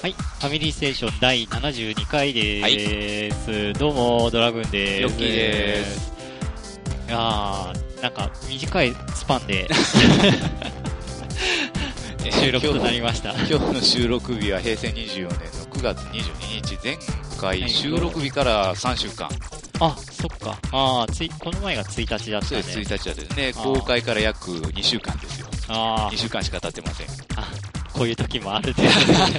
はい、ファミリーステーション第72回でーす、はい、どうもドラグーンでーす。 ヨッキーでーす。 いやー、なんか短いスパンで収録となりました。 今日の収録日は平成24年の9月22日、前回収録日から3週間。 あ、そっか。この前が1日だったね。 そうです、1日だったね。公開から約2週間ですよ。2週間しか経ってません。 こういう時もあるですね。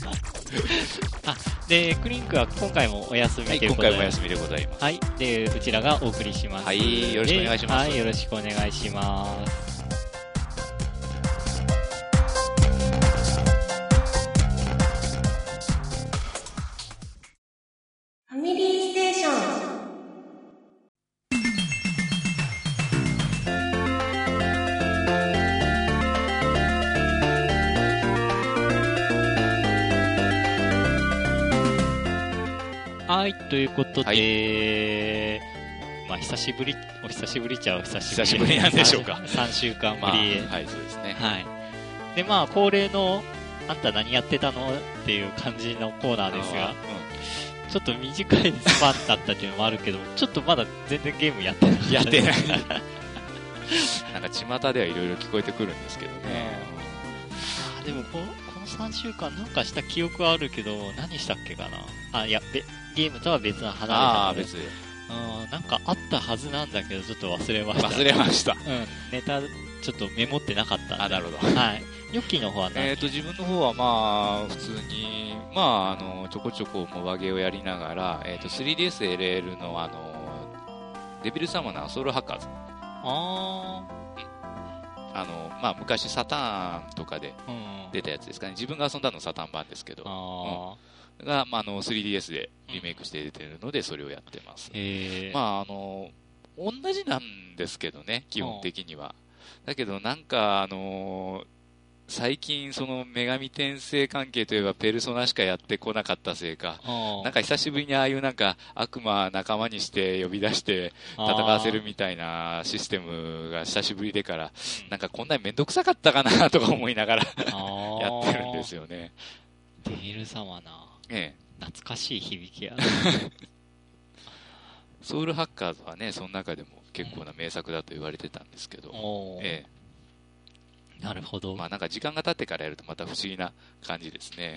で、クリンクは今回もお休みということで、 はい、今回もお休みでございます。 はい、で、うちらがお送りします。 はい、よろしくお願いします。 はい、よろしくお願いします。 ファミリーステーション。 はい、ということで、 はい、 まあ、お久しぶりちゃう久しぶりなんでしょうか。 3週間ぶりで、 はい、そうですね。 はい。で、まあ、恒例の、あんた何やってたのっていう感じのコーナーですが、ちょっと短いスパンだったっていうのもあるけど、ちょっとまだ全然ゲームやってない。 やってない。なんか巷ではいろいろ聞こえてくるんですけどね。 でもこの3週間なんかした記憶はあるけど、何したっけかな。いや、ゲームとは別の離れた。 別で。 なんかあったはずなんだけど、ちょっと忘れました。 忘れました。 ネタ、ちょっとメモってなかったんで。 なるほど。 はい。ヨッキーの方は何？ 自分の方はまあ、普通に、まあ、ちょこちょこモバゲーをやりながら、3DSLL のデビルサマナーソウルハッカーズ。まあ、昔サターンとかで出たやつですかね。自分が遊んだのサターン版ですけど。が、まあ、3DS でリメイクして出てるので、それをやってます。まあ、同じなんですけどね、基本的には。だけど、なんか、最近、その、女神転生関係といえば、ペルソナしかやってこなかったせいか、なんか久しぶりにああいうなんか、悪魔仲間にして呼び出して戦わせるみたいなシステムが久しぶりでから、なんかこんなにめんどくさかったかなとか思いながらやってるんですよね。 デビル様な。懐かしい響きや。 ソウルハッカーズはね、その中でも結構な名作だと言われてたんですけど、 なるほど。 まあなんか時間が経ってからやるとまた不思議な感じですね。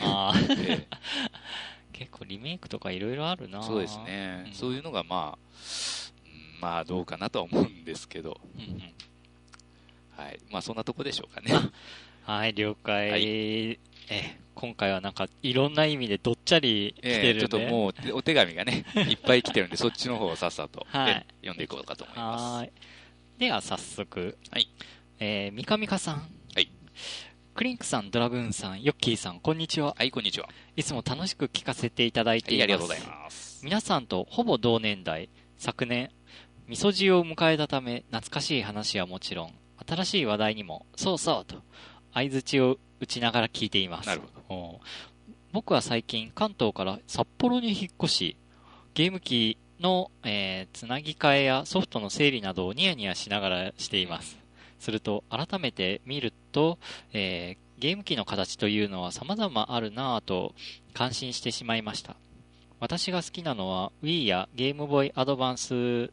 結構リメイクとかいろいろあるな。 そうですね。そういうのがまあどうかなとは思うんですけど、はい。まあそんなとこでしょうかね。 はい、了解。今回はなんかいろんな意味でどっちゃり来てるんで、 ちょっともうお手紙がねいっぱい来てるんでそっちの方をさっさと、読んでいこうかと思います。 では早速、三上さん、クリンクさん、ドラグーンさん、ヨッキーさん、こんにちは。 はい、こんにちは。 いつも楽しく聞かせていただいています。 ありがとうございます。 皆さんとほぼ同年代、昨年みそじを迎えたため懐かしい話はもちろん新しい話題にもそうそうと相槌を打ちながら聞いています。 なるほど。 僕は最近関東から札幌に引っ越し、ゲーム機の、つなぎ替えやソフトの整理などをニヤニヤしながらしています。すると改めて見ると、ゲーム機の形というのは様々あるなぁと感心してしまいました。私が好きなのは Wii やゲームボーイアドバンス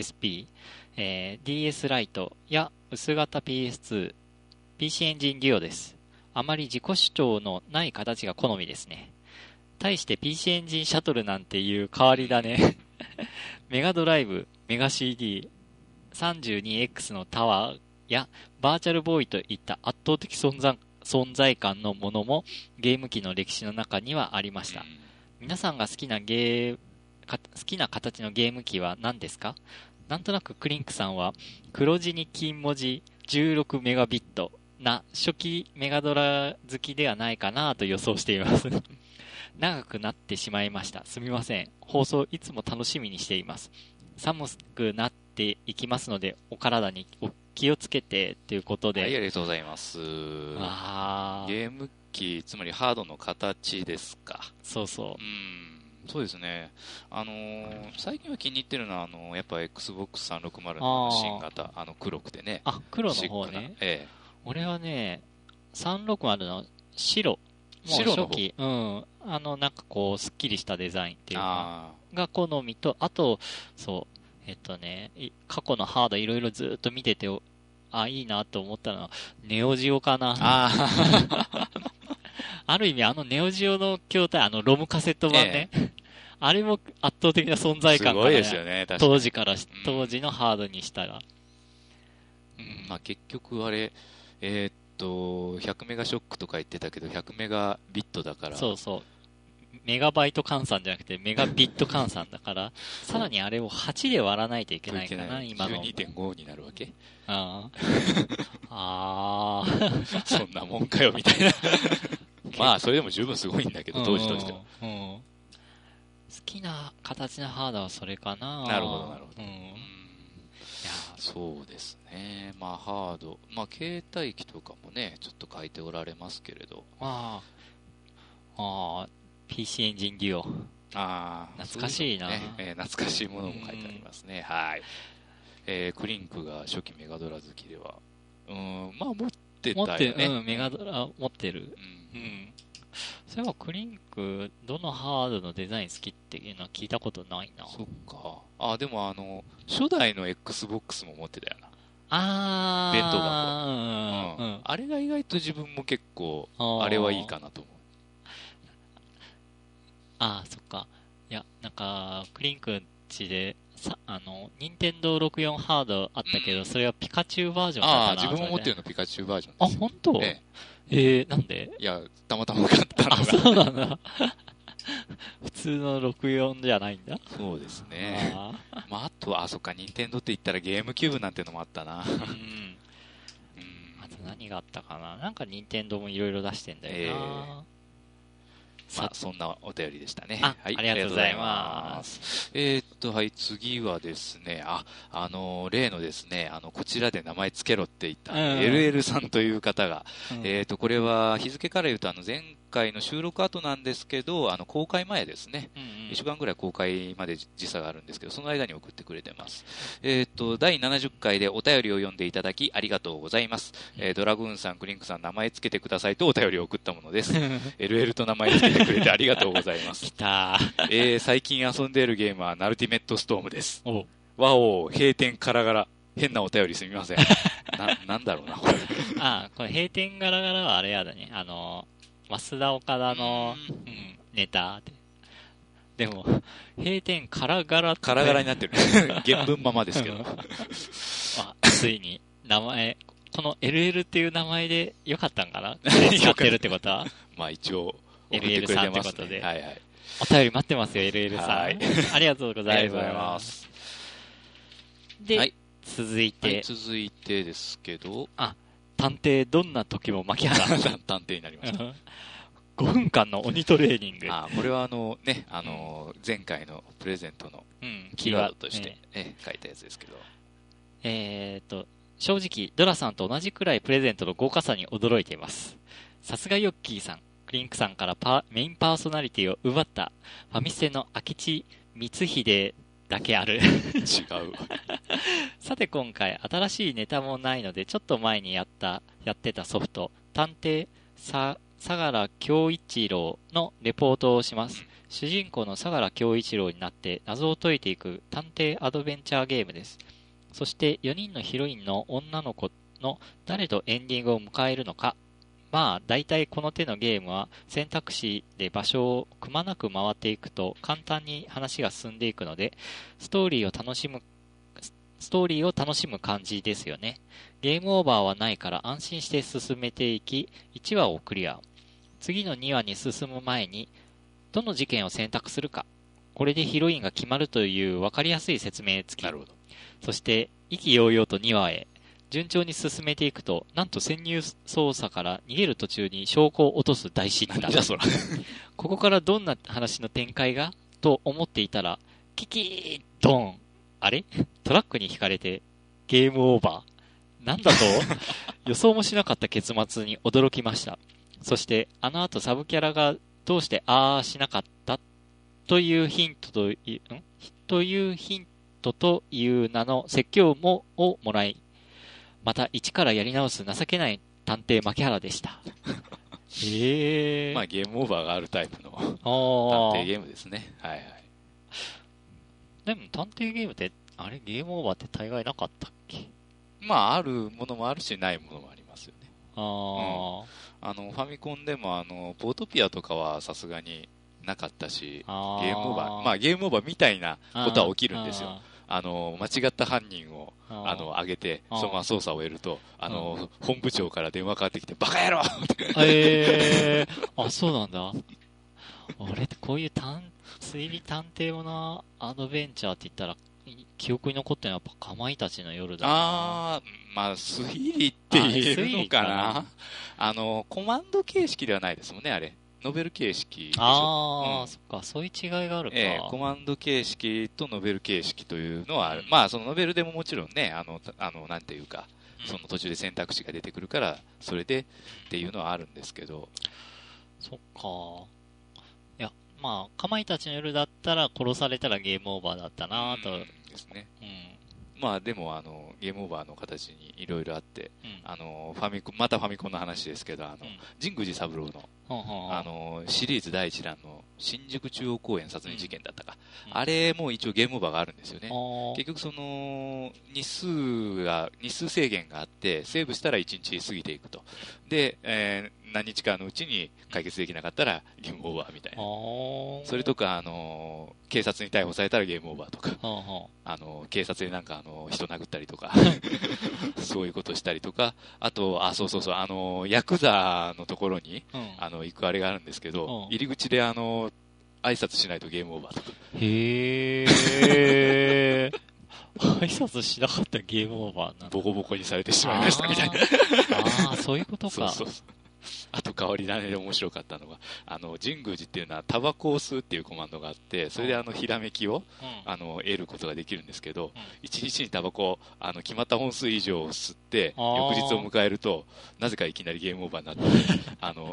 SP、DS ライトや薄型 PS2、PC エンジンデュオです。あまり自己主張のない形が好みですね。対して PC エンジンシャトルなんていう変わりだね。メガドライブ、メガ CD、32X のタワーやバーチャルボーイといった圧倒的存在感のものもゲーム機の歴史の中にはありました。皆さんが好きな形のゲーム機は何ですか？なんとなくクリンクさんは黒地に金文字16メガビットな初期メガドラ好きではないかなと予想しています。長くなってしまいました。すみません。放送いつも楽しみにしています。寒くなっていきますのでお体にお気をつけてということで、 はい、ありがとうございます。ゲーム機、つまりハードの形ですか。 そうそう。 そうですね。最近は気に入ってるのは、やっぱ Xbox360 の新型、黒くてね。 黒の方ね。俺はね、360の白白の方。 初期、うん。なんかこう、スッキリしたデザインっていうか、が好みと、あと、そう、過去のハードいろいろずっと見てて、いいなと思ったのは、ネオジオかな。ある意味、ネオジオの筐体、ロムカセット版ね。あれも圧倒的な存在感が、ね、 すごいですよね、確かに。当時のハードにしたら。 まあ結局あれ、100メガショックとか言ってたけど、100メガビットだから。 そうそう。メガバイト換算じゃなくて、メガビット換算だから、さらにあれを8で割らないといけないかな、今の。 12.5 になるわけ。 あ。 そんなもんかよ、みたいな。まあ、それでも十分すごいんだけど、当時としては。 好きな形のハードはそれかな。 なるほど、なるほど。そうですね。まあ、ハード。まあ、携帯機とかもね、ちょっと書いておられますけれど。 PC エンジンデュオ。懐かしいな。 懐かしいものも書いてありますね。はい。クリンクが初期メガドラ好きでは。まあ、持ってたよね。 メガドラ持ってる。そういえばクリンク、どのハードのデザイン好きっていうのは聞いたことないな。 そっか。でも初代の Xbox も持ってたよな。弁当箱。あれが意外と自分も結構、あれはいいかなと思う。 そっか。いや、なんか、クリンクちで、任天堂64ハードあったけど、それはピカチュウバージョンだったな。 自分も持ってるのピカチュウバージョンです。 本当？なんで？ いや、たまたま買ったのが。 そうなんだ。普通の64じゃないんだ。 そうですね。あとは、そっか、任天堂って言ったらゲームキューブなんてのもあったな。あと何があったかな。なんか任天堂もいろいろ出してんだよな。 そんなお便りでしたね。 はい、ありがとうございます。 はい、次はですね、例のですね、こちらで名前つけろって言った、LL さんという方が、これは日付から言うと、前回の収録後なんですけど、公開前ですね。1週間ぐらい公開まで時差があるんですけど、その間に送ってくれてます。第70回でお便りを読んでいただき、ありがとうございます。ドラグーンさん、クリンクさん、名前つけてくださいとお便りを送ったものです。LL と名前つけてくれてありがとうございます。 来た最近遊んでいるゲームはナルティメットストームです。わお、閉店ガラガラ。変なお便りすみません。なんだろうな、これ。 これ閉店ガラガラはあれやだね。増田岡田の、ネタで。でも、閉店カラガラって。 カラガラになってる。原文ままですけど。 ついに、名前、この LL っていう名前でよかったんかな使ってるってことはまあ一応、 LL さんってことで。 はいはい。 お便り待ってますよ、LL さん。はい。ありがとうございます。で、続いてですけど。 探偵どんな時も牧原。 探偵になりました。 5分間の鬼トレーニング。 これは前回のプレゼントのキーワードとして書いたやつですけど。 正直、ドラさんと同じくらいプレゼントの豪華さに驚いています。さすがヨッキーさん、クリンクさんからメインパーソナリティを奪ったファミステの明智光秀だけある。 違う。 さて今回、新しいネタもないので、ちょっと前にやってたソフト、探偵相良恭一郎のレポートをします。主人公の相良恭一郎になって謎を解いていく探偵アドベンチャーゲームです。そして4人のヒロインの女の子の誰とエンディングを迎えるのか。まあ、大体この手のゲームは選択肢で場所をくまなく回っていくと簡単に話が進んでいくので、ストーリーを楽しむ感じですよね。ゲームオーバーはないから安心して進めていき、1話をクリア。次の2話に進む前に、どの事件を選択するか。これでヒロインが決まるという分かりやすい説明付き。 なるほど。 そして意気揚々と2話へ順調に進めていくと、なんと潜入捜査から逃げる途中に証拠を落とす大失態。ここからどんな話の展開がと思っていたら、キキードン。あれトラックにひかれてゲームオーバー。なんだと予想もしなかった結末に驚きました。そしてあの後サブキャラがどうしてしなかったというヒントという名の説教をもらい、また一からやり直す情けない探偵牧原でした。 まあゲームオーバーがあるタイプの探偵ゲームですね。はいはい。 でも探偵ゲームって、あれゲームオーバーって大概なかったっけ？ まああるものもあるし、ないものもありますよね。ファミコンでもポートピアとかはさすがになかったし、ゲームオーバー、まあゲームオーバーみたいなことは起きるんですよ。間違った犯人を、挙げて、そのまま捜査を終えると、本部長から電話かかってきて、バカ野郎あ、そうなんだ。俺ってこういう推理探偵ものアドベンチャーって言ったら、記憶に残ってるのはやっぱかまいたちの夜だな。 まあ、推理って言えるのかな。コマンド形式ではないですもんね、あれ。ノベル形式でしょ。 そっか、そういう違いがあるか。 コマンド形式とノベル形式というのはある。まあ、そのノベルでももちろんね、なんていうか、その途中で選択肢が出てくるから、それでっていうのはあるんですけど。 そっか。いや、まあ、かまいたちの夜だったら殺されたらゲームオーバーだったなと。 ですね。まあでもゲームオーバーの形にいろいろあって、またファミコンの話ですけど、神宮寺三郎の、シリーズ第一弾の新宿中央公園殺人事件だったか。あれも一応ゲームオーバーがあるんですよね。結局その、日数制限があって、セーブしたら1日過ぎていくと。で、何日かのうちに解決できなかったらゲームオーバーみたいな。それとか、警察に逮捕されたらゲームオーバーとか、警察でなんか人殴ったりとか、そういうことしたりとか、あと、そう、ヤクザのところに、行くあれがあるんですけど、入り口で挨拶しないとゲームオーバーとか。 へー。挨拶しなかったらゲームオーバーな。 ボコボコにされてしまいましたみたいな。 そういうことか。 そう。あと変わり種で面白かったのが、神宮寺っていうのはタバコを吸うっていうコマンドがあって、それでひらめきを、得ることができるんですけど、一日にタバコ決まった本数以上を吸って、翌日を迎えると、なぜかいきなりゲームオーバーになって、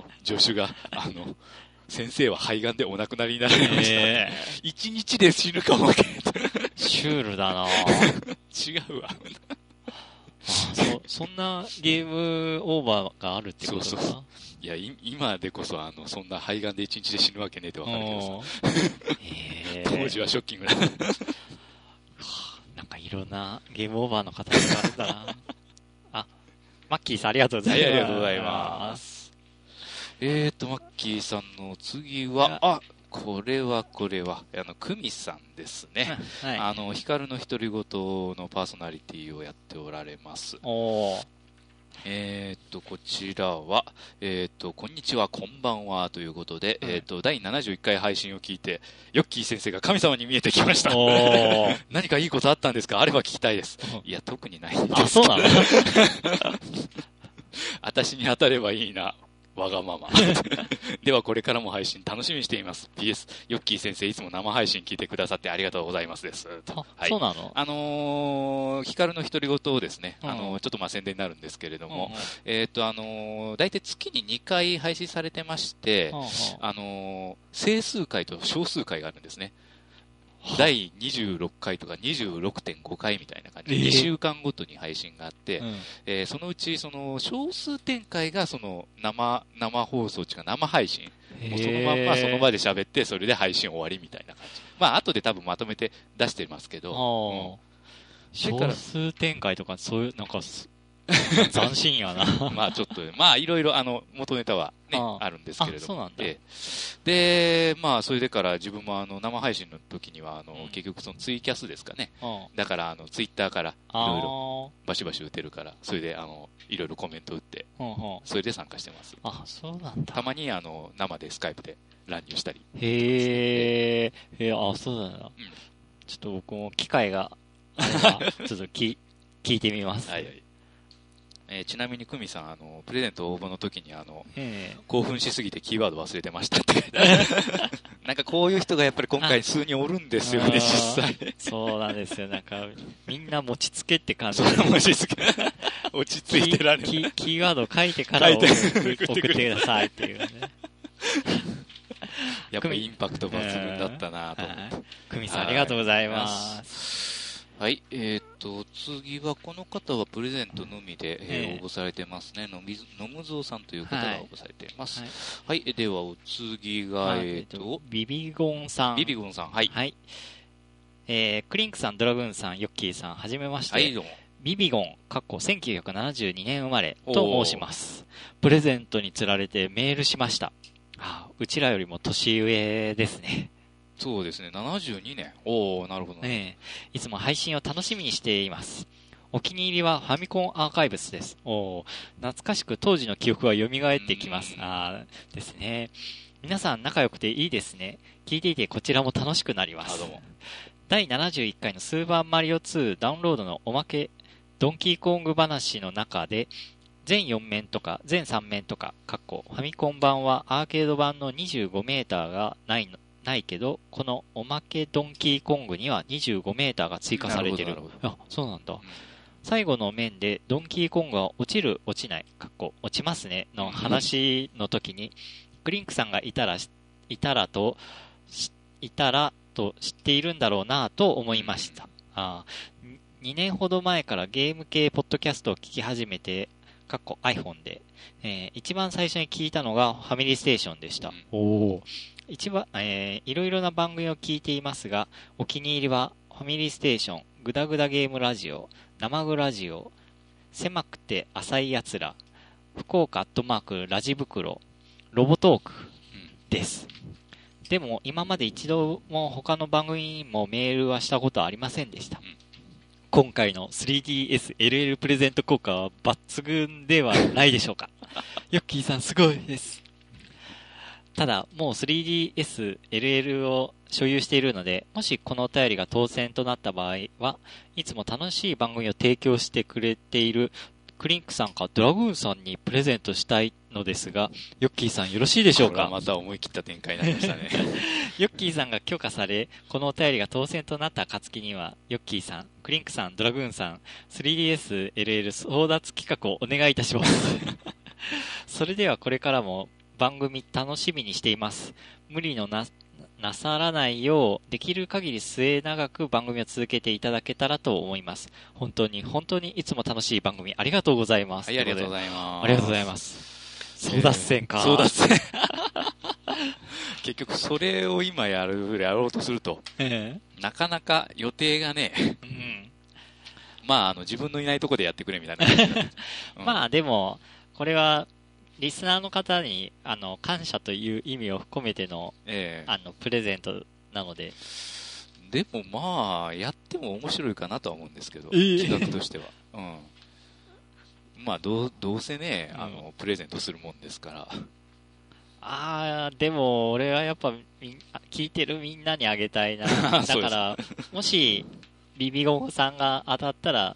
助手が、先生は肺がんでお亡くなりになられました。一日で死ぬかもけシュールだな違うわ。 そんなゲームオーバーがあるってことか。 そう。いや、今でこそ、そんな肺がんで一日で死ぬわけねえってわかるけどさ。当時はショッキングだ。 なんかいろんなゲームオーバーの形があるんだな。マッキーさんありがとうございます。 ありがとうございます。マッキーさんの次は、これは、クミさんですね。ヒカルの独り言のパーソナリティをやっておられます。こちらは、こんにちは、こんばんは、ということで、第71回配信を聞いて、ヨッキー先生が神様に見えてきました。何かいいことあったんですか？あれば聞きたいです。いや、特にないんです。 そうなの私に当たればいいな。わがまま。ではこれからも配信楽しみにしています。PS、ヨッキー先生いつも生配信聞いてくださってありがとうございますです。 そうなの？ ヒカルの独り言をですね、ちょっと宣伝になるんですけれども、大体月に2回配信されてまして、整数回と小数回があるんですね。第26回とか 26.5 回みたいな感じで2週間ごとに配信があって、そのうちその小数展開がその生放送っていうか生配信、もうそのまんまその場で喋ってそれで配信終わりみたいな感じ。まあ後で多分まとめて出してますけど、 小数展開とかそういうなんか斬新やな。 まあちょっと、まあいろいろ元ネタはね、あるんですけれども。 そうなんだ。 で、まあそれでから自分も生配信の時には結局そのツイキャスですかね。だからツイッターからいろいろバシバシ打てるから、それでいろいろコメント打って、それで参加してます。 そうなんだ。 たまに生でスカイプで乱入したり。 そうなんだ。ちょっと僕も機会があれば、ちょっと聞いてみます。 はいはい。ちなみにクミさんプレゼント応募の時に興奮しすぎてキーワード忘れてましたってなんかこういう人がやっぱり今回数人おるんですよね実際。 そうなんですよ。なんかみんな持ちつけって感じで持ちつけ落ち着いてられるキーワードを書いてから送ってくださいっていうね。 やっぱりインパクト抜群だったなと思って。 クミさんありがとうございます。 はい。次は、この方はプレゼントのみで、応募されてますね。野むぞうさんという方が応募されています。はい。では、お次が、 ビビゴンさん。 ビビゴンさん。はい。 はい。クリンクさん、ドラグーンさん、ヨッキーさん、はじめまして。 はい、どうも。 ビビゴン、1972年生まれと申します。プレゼントにつられてメールしました。うちらよりも年上ですね。 そうですね、72年。おー、なるほど、ね。 いつも配信を楽しみにしています。お気に入りはファミコンアーカイブスです。懐かしく当時の記憶が蘇ってきます。ですね。皆さん仲良くていいですね。聞いていてこちらも楽しくなります。 どうも。 第71回のスーパーマリオ2ダウンロードのおまけ、ドンキーコング話の中で、全4面とか全3面とか、ファミコン版はアーケード版の25メーターがないけど、このおまけドンキーコングには25メーターが追加されてる。そうなんだ。最後の面でドンキーコングは落ちる落ちない、落ちますねの話の時に、クリンクさんがいたらと知っているんだろうなと思いました。2年ほど前からゲーム系ポッドキャストを聞き始めて、iPhone で、一番最初に聞いたのがファミリーステーションでした。いろいろな番組を聞いていますが、お気に入りはファミリーステーション、グダグダゲームラジオ、生グラジオ、狭くて浅いやつら、福岡@ラジ袋、ロボトークです。でも今まで一度も他の番組にもメールはしたことはありませんでした。今回の 3DS LL プレゼント効果は抜群ではないでしょうか。ヨッキーさんすごいです。ただ、もう 3DS LL を所有しているので、もしこのお便りが当選となった場合は、いつも楽しい番組を提供してくれているクリンクさんかドラグーンさんにプレゼントしたいのですが、ヨッキーさんよろしいでしょうか。 また思い切った展開になりましたね。 ヨッキーさんが許可され、このお便りが当選となった暁には、ヨッキーさん、クリンクさん、ドラグーンさん、3DS LL 争奪企画をお願いいたします。それではこれからも番組楽しみにしています。無理のなさらないよう、できる限り末永く番組を続けていただけたらと思います。本当にいつも楽しい番組ありがとうございます。 はい、ありがとうございます。 ありがとうございます。争奪戦か。 争奪戦。結局それを今やろうとすると、なかなか予定がね、自分のいないところでやってくれみたいな。でも、これは、リスナーの方に、感謝という意味を含めての、プレゼントなので。 でもやっても面白いかなとは思うんですけど、企画としては。どうせね、プレゼントするもんですから。 でも、俺はやっぱ、聞いてるみんなにあげたいな。だから、もし、ビビゴンさんが当たったら、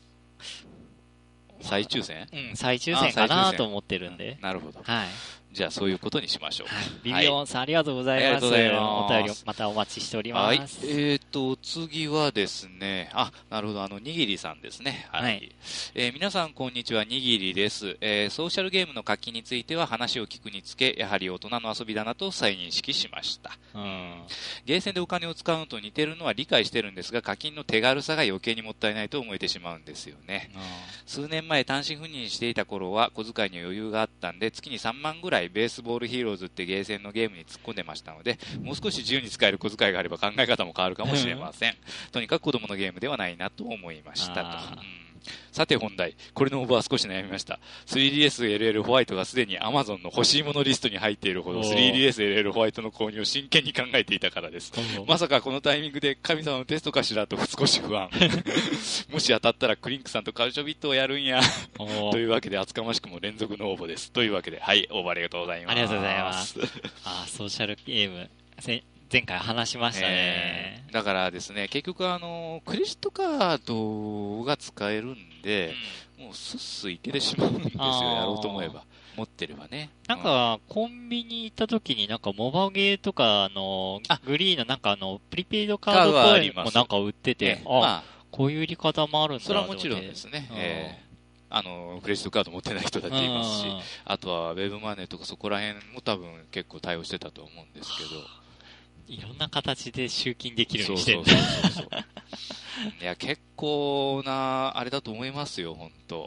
再抽選？ 再抽選かなと思ってるんで。 なるほど。 はい。 じゃあそういうことにしましょう。 ビビオンさんありがとうございます。ありがとうございます。お便りまたお待ちしております。 はい。次はですね、なるほど、にぎりさんですね。はい。皆さんこんにちは、にぎりです。ソーシャルゲームの課金については話を聞くにつけ、やはり大人の遊びだなと再認識しました。ゲーセンでお金を使うのと似てるのは理解してるんですが、課金の手軽さが余計にもったいないと思えてしまうんですよね。数年前単身赴任していた頃は小遣いに余裕があったんで、月に3万ぐらいベースボールヒーローズってゲーセンのゲームに突っ込んでましたので、もう少し自由に使える小遣いがあれば考え方も変わるかもしれません。とにかく子供のゲームではないなと思いましたと。さて本題、これの応募は少し悩みました。3DSLL ホワイトがすでに Amazon の欲しいものリストに入っているほど 3DSLL ホワイトの購入を真剣に考えていたからです。まさかこのタイミングで神様のテストかしらと少し不安。もし当たったらクリンクさんとカルチョビットをやるんや。というわけで厚かましくも連続の応募です。というわけで、はい、応募ありがとうございます。 ありがとうございます。ソーシャルゲーム。前回話しましたね。 だからですね、結局クレジットカードが使えるんで、もうスッスいけてしまうんですよ、やろうと思えば。持ってればね。 なんか、コンビニ行った時になんかモバゲーとかグリーンのプリペイドカードコインもなんか売ってて、こういう売り方もあるんだそれはもちろんですね。クレジットカード持ってない人だっていますし、あとはウェブマネーとかそこら辺も多分結構対応してたと思うんですけど。 いろんな形で集金できるようにしてる。 そう。いや、結構な、あれだと思いますよ、本当。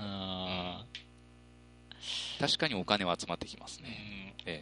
確かにお金は集まってきますね。い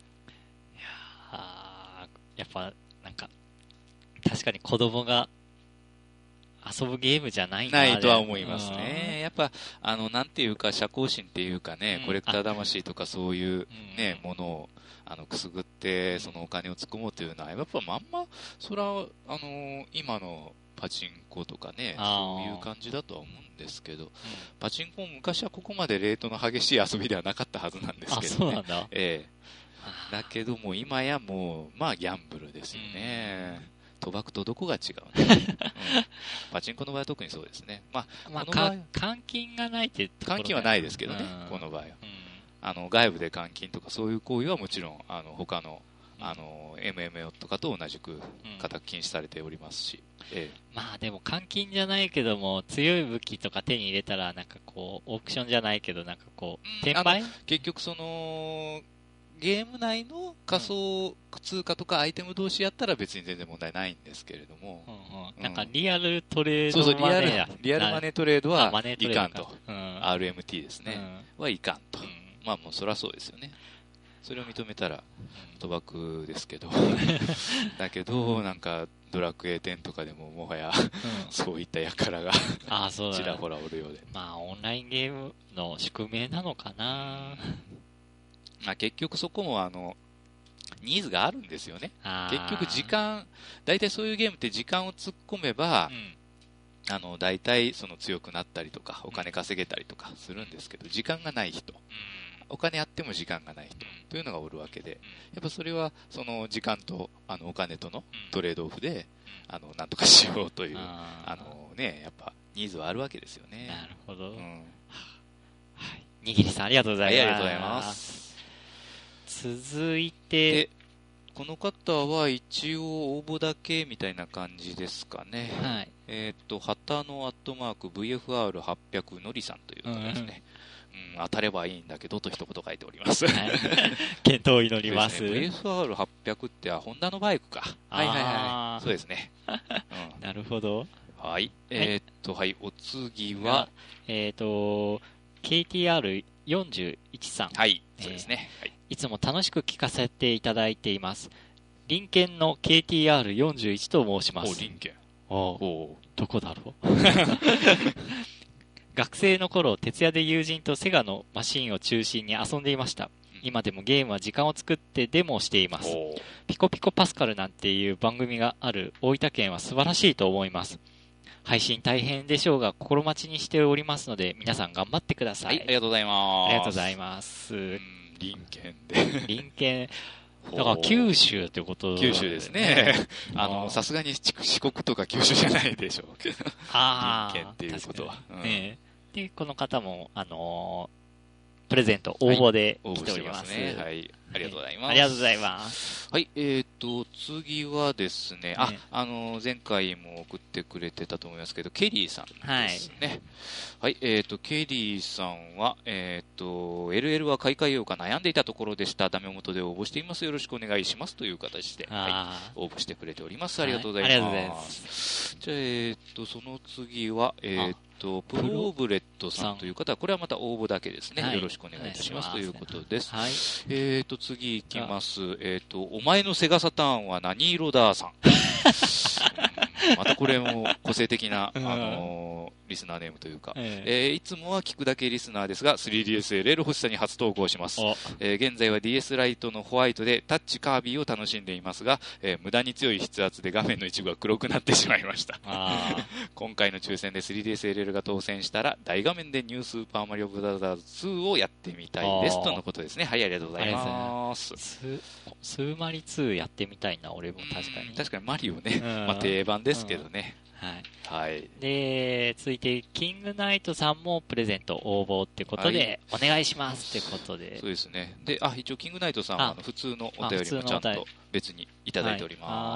ややっぱ、なんか、確かに子供が遊ぶゲームじゃないないとは思いますね。やっぱ、なんていうか、社交心っていうかね、コレクター魂とかそういうね、ものを、くすぐって、そのお金を突っ込もうというのは、やっぱまんま、それは、今のパチンコとかね、そういう感じだとは思うんですけど、パチンコも昔はここまでレートの激しい遊びではなかったはずなんですけどね。 そうなんだ。 だけども、今やもう、まあ、ギャンブルですよね。賭博とどこが違うね、パチンコの場合は特にそうですね。まあ、 換金がないって換金はないですけどね、この場合は。外部で換金とかそういう行為はもちろん、他の、MMA とかと同じく、禁止されておりますし。 まあでも換金じゃないけども、強い武器とか手に入れたら、なんかこう、オークションじゃないけど、なんかこう、転売結局その、ゲーム内の仮想通貨とかアイテム同士やったら別に全然問題ないんですけれども。 なんかリアルトレードマネーリアルマネートレードはいかんと。RMT ですね。はいかんと。まあもうそりゃそうですよね。それを認めたら賭博ですけど。だけど、なんかドラクエ10とかでももはやそういった輩がちらほらおるようで。 まあオンラインゲームの宿命なのかな。 まあ、結局そこもニーズがあるんですよね。結局時間、大体そういうゲームって時間を突っ込めば、大体その強くなったりとか、お金稼げたりとかするんですけど、時間がない人、お金あっても時間がない人というのがおるわけで、やっぱそれはその時間とお金とのトレードオフで、なんとかしようという、ね、やっぱニーズはあるわけですよね。 なるほど。にぎりさんありがとうございます。 ありがとうございます。 続いて、 この方は一応応募だけみたいな感じですかね。 はい。 旗の@VFR800 のりさんという方ですね。当たればいいんだけどと一言書いております。 健闘を祈ります。 VFR800 ってホンダのバイクか。はい。そうですね。 なるほど。 はい。はい、お次は、 KTR41 さん。 はい、そうですね。 いつも楽しく聞かせていただいています。隣県の KTR41 と申します。 隣県。 どこだろう学生の頃、徹夜で友人とセガのマシンを中心に遊んでいました。今でもゲームは時間を作ってデモをしています。ピコピコパスカルなんていう番組がある大分県は素晴らしいと思います。配信大変でしょうが、心待ちにしておりますので、皆さん頑張ってください。 はい、ありがとうございます。 ありがとうございます。 隣県で。 隣県。だから九州ってこと、 ね、九州ですね。さすがに四国とか九州じゃないでしょうけど。隣県っていうことは。 で、この方も、プレゼント、応募で来ております。 はい、ありがとうございます。 ありがとうございます。 はい、次はですね、前回も送ってくれてたと思いますけど、ケリーさんですね。はい、ケリーさんは、LL は買い替えようか悩んでいたところでした。ダメ元で応募しています。よろしくお願いします。という形で、応募してくれております。ありがとうございます。 ありがとうございます。 じゃあ、その次は、プローブレットさんという方は、これはまた応募だけですね。よろしくお願いいたします。ということです。次いきます。お前のセガサターンは何色ださん。またこれも個性的な、リスナーネームというか、いつもは聞くだけリスナーですが、3DSLL 欲しさに初投稿します。現在は DS ライトのホワイトでタッチカービィを楽しんでいますが、無駄に強い筆圧で画面の一部が黒くなってしまいました。今回の抽選で 3DSLL が当選したら、大画面でニュースーパーマリオブラザーズ2をやってみたいです。とのことですね。はい、ありがとうございます。 スーマリ2やってみたいな、俺も確かに。 確かにマリオね。定番ですけどね。 はい。で、続いて、キングナイトさんもプレゼント応募ってことで、お願いしますってことで。 そうですね。で、一応キングナイトさんは普通のお便りもちゃんと別にいただいております。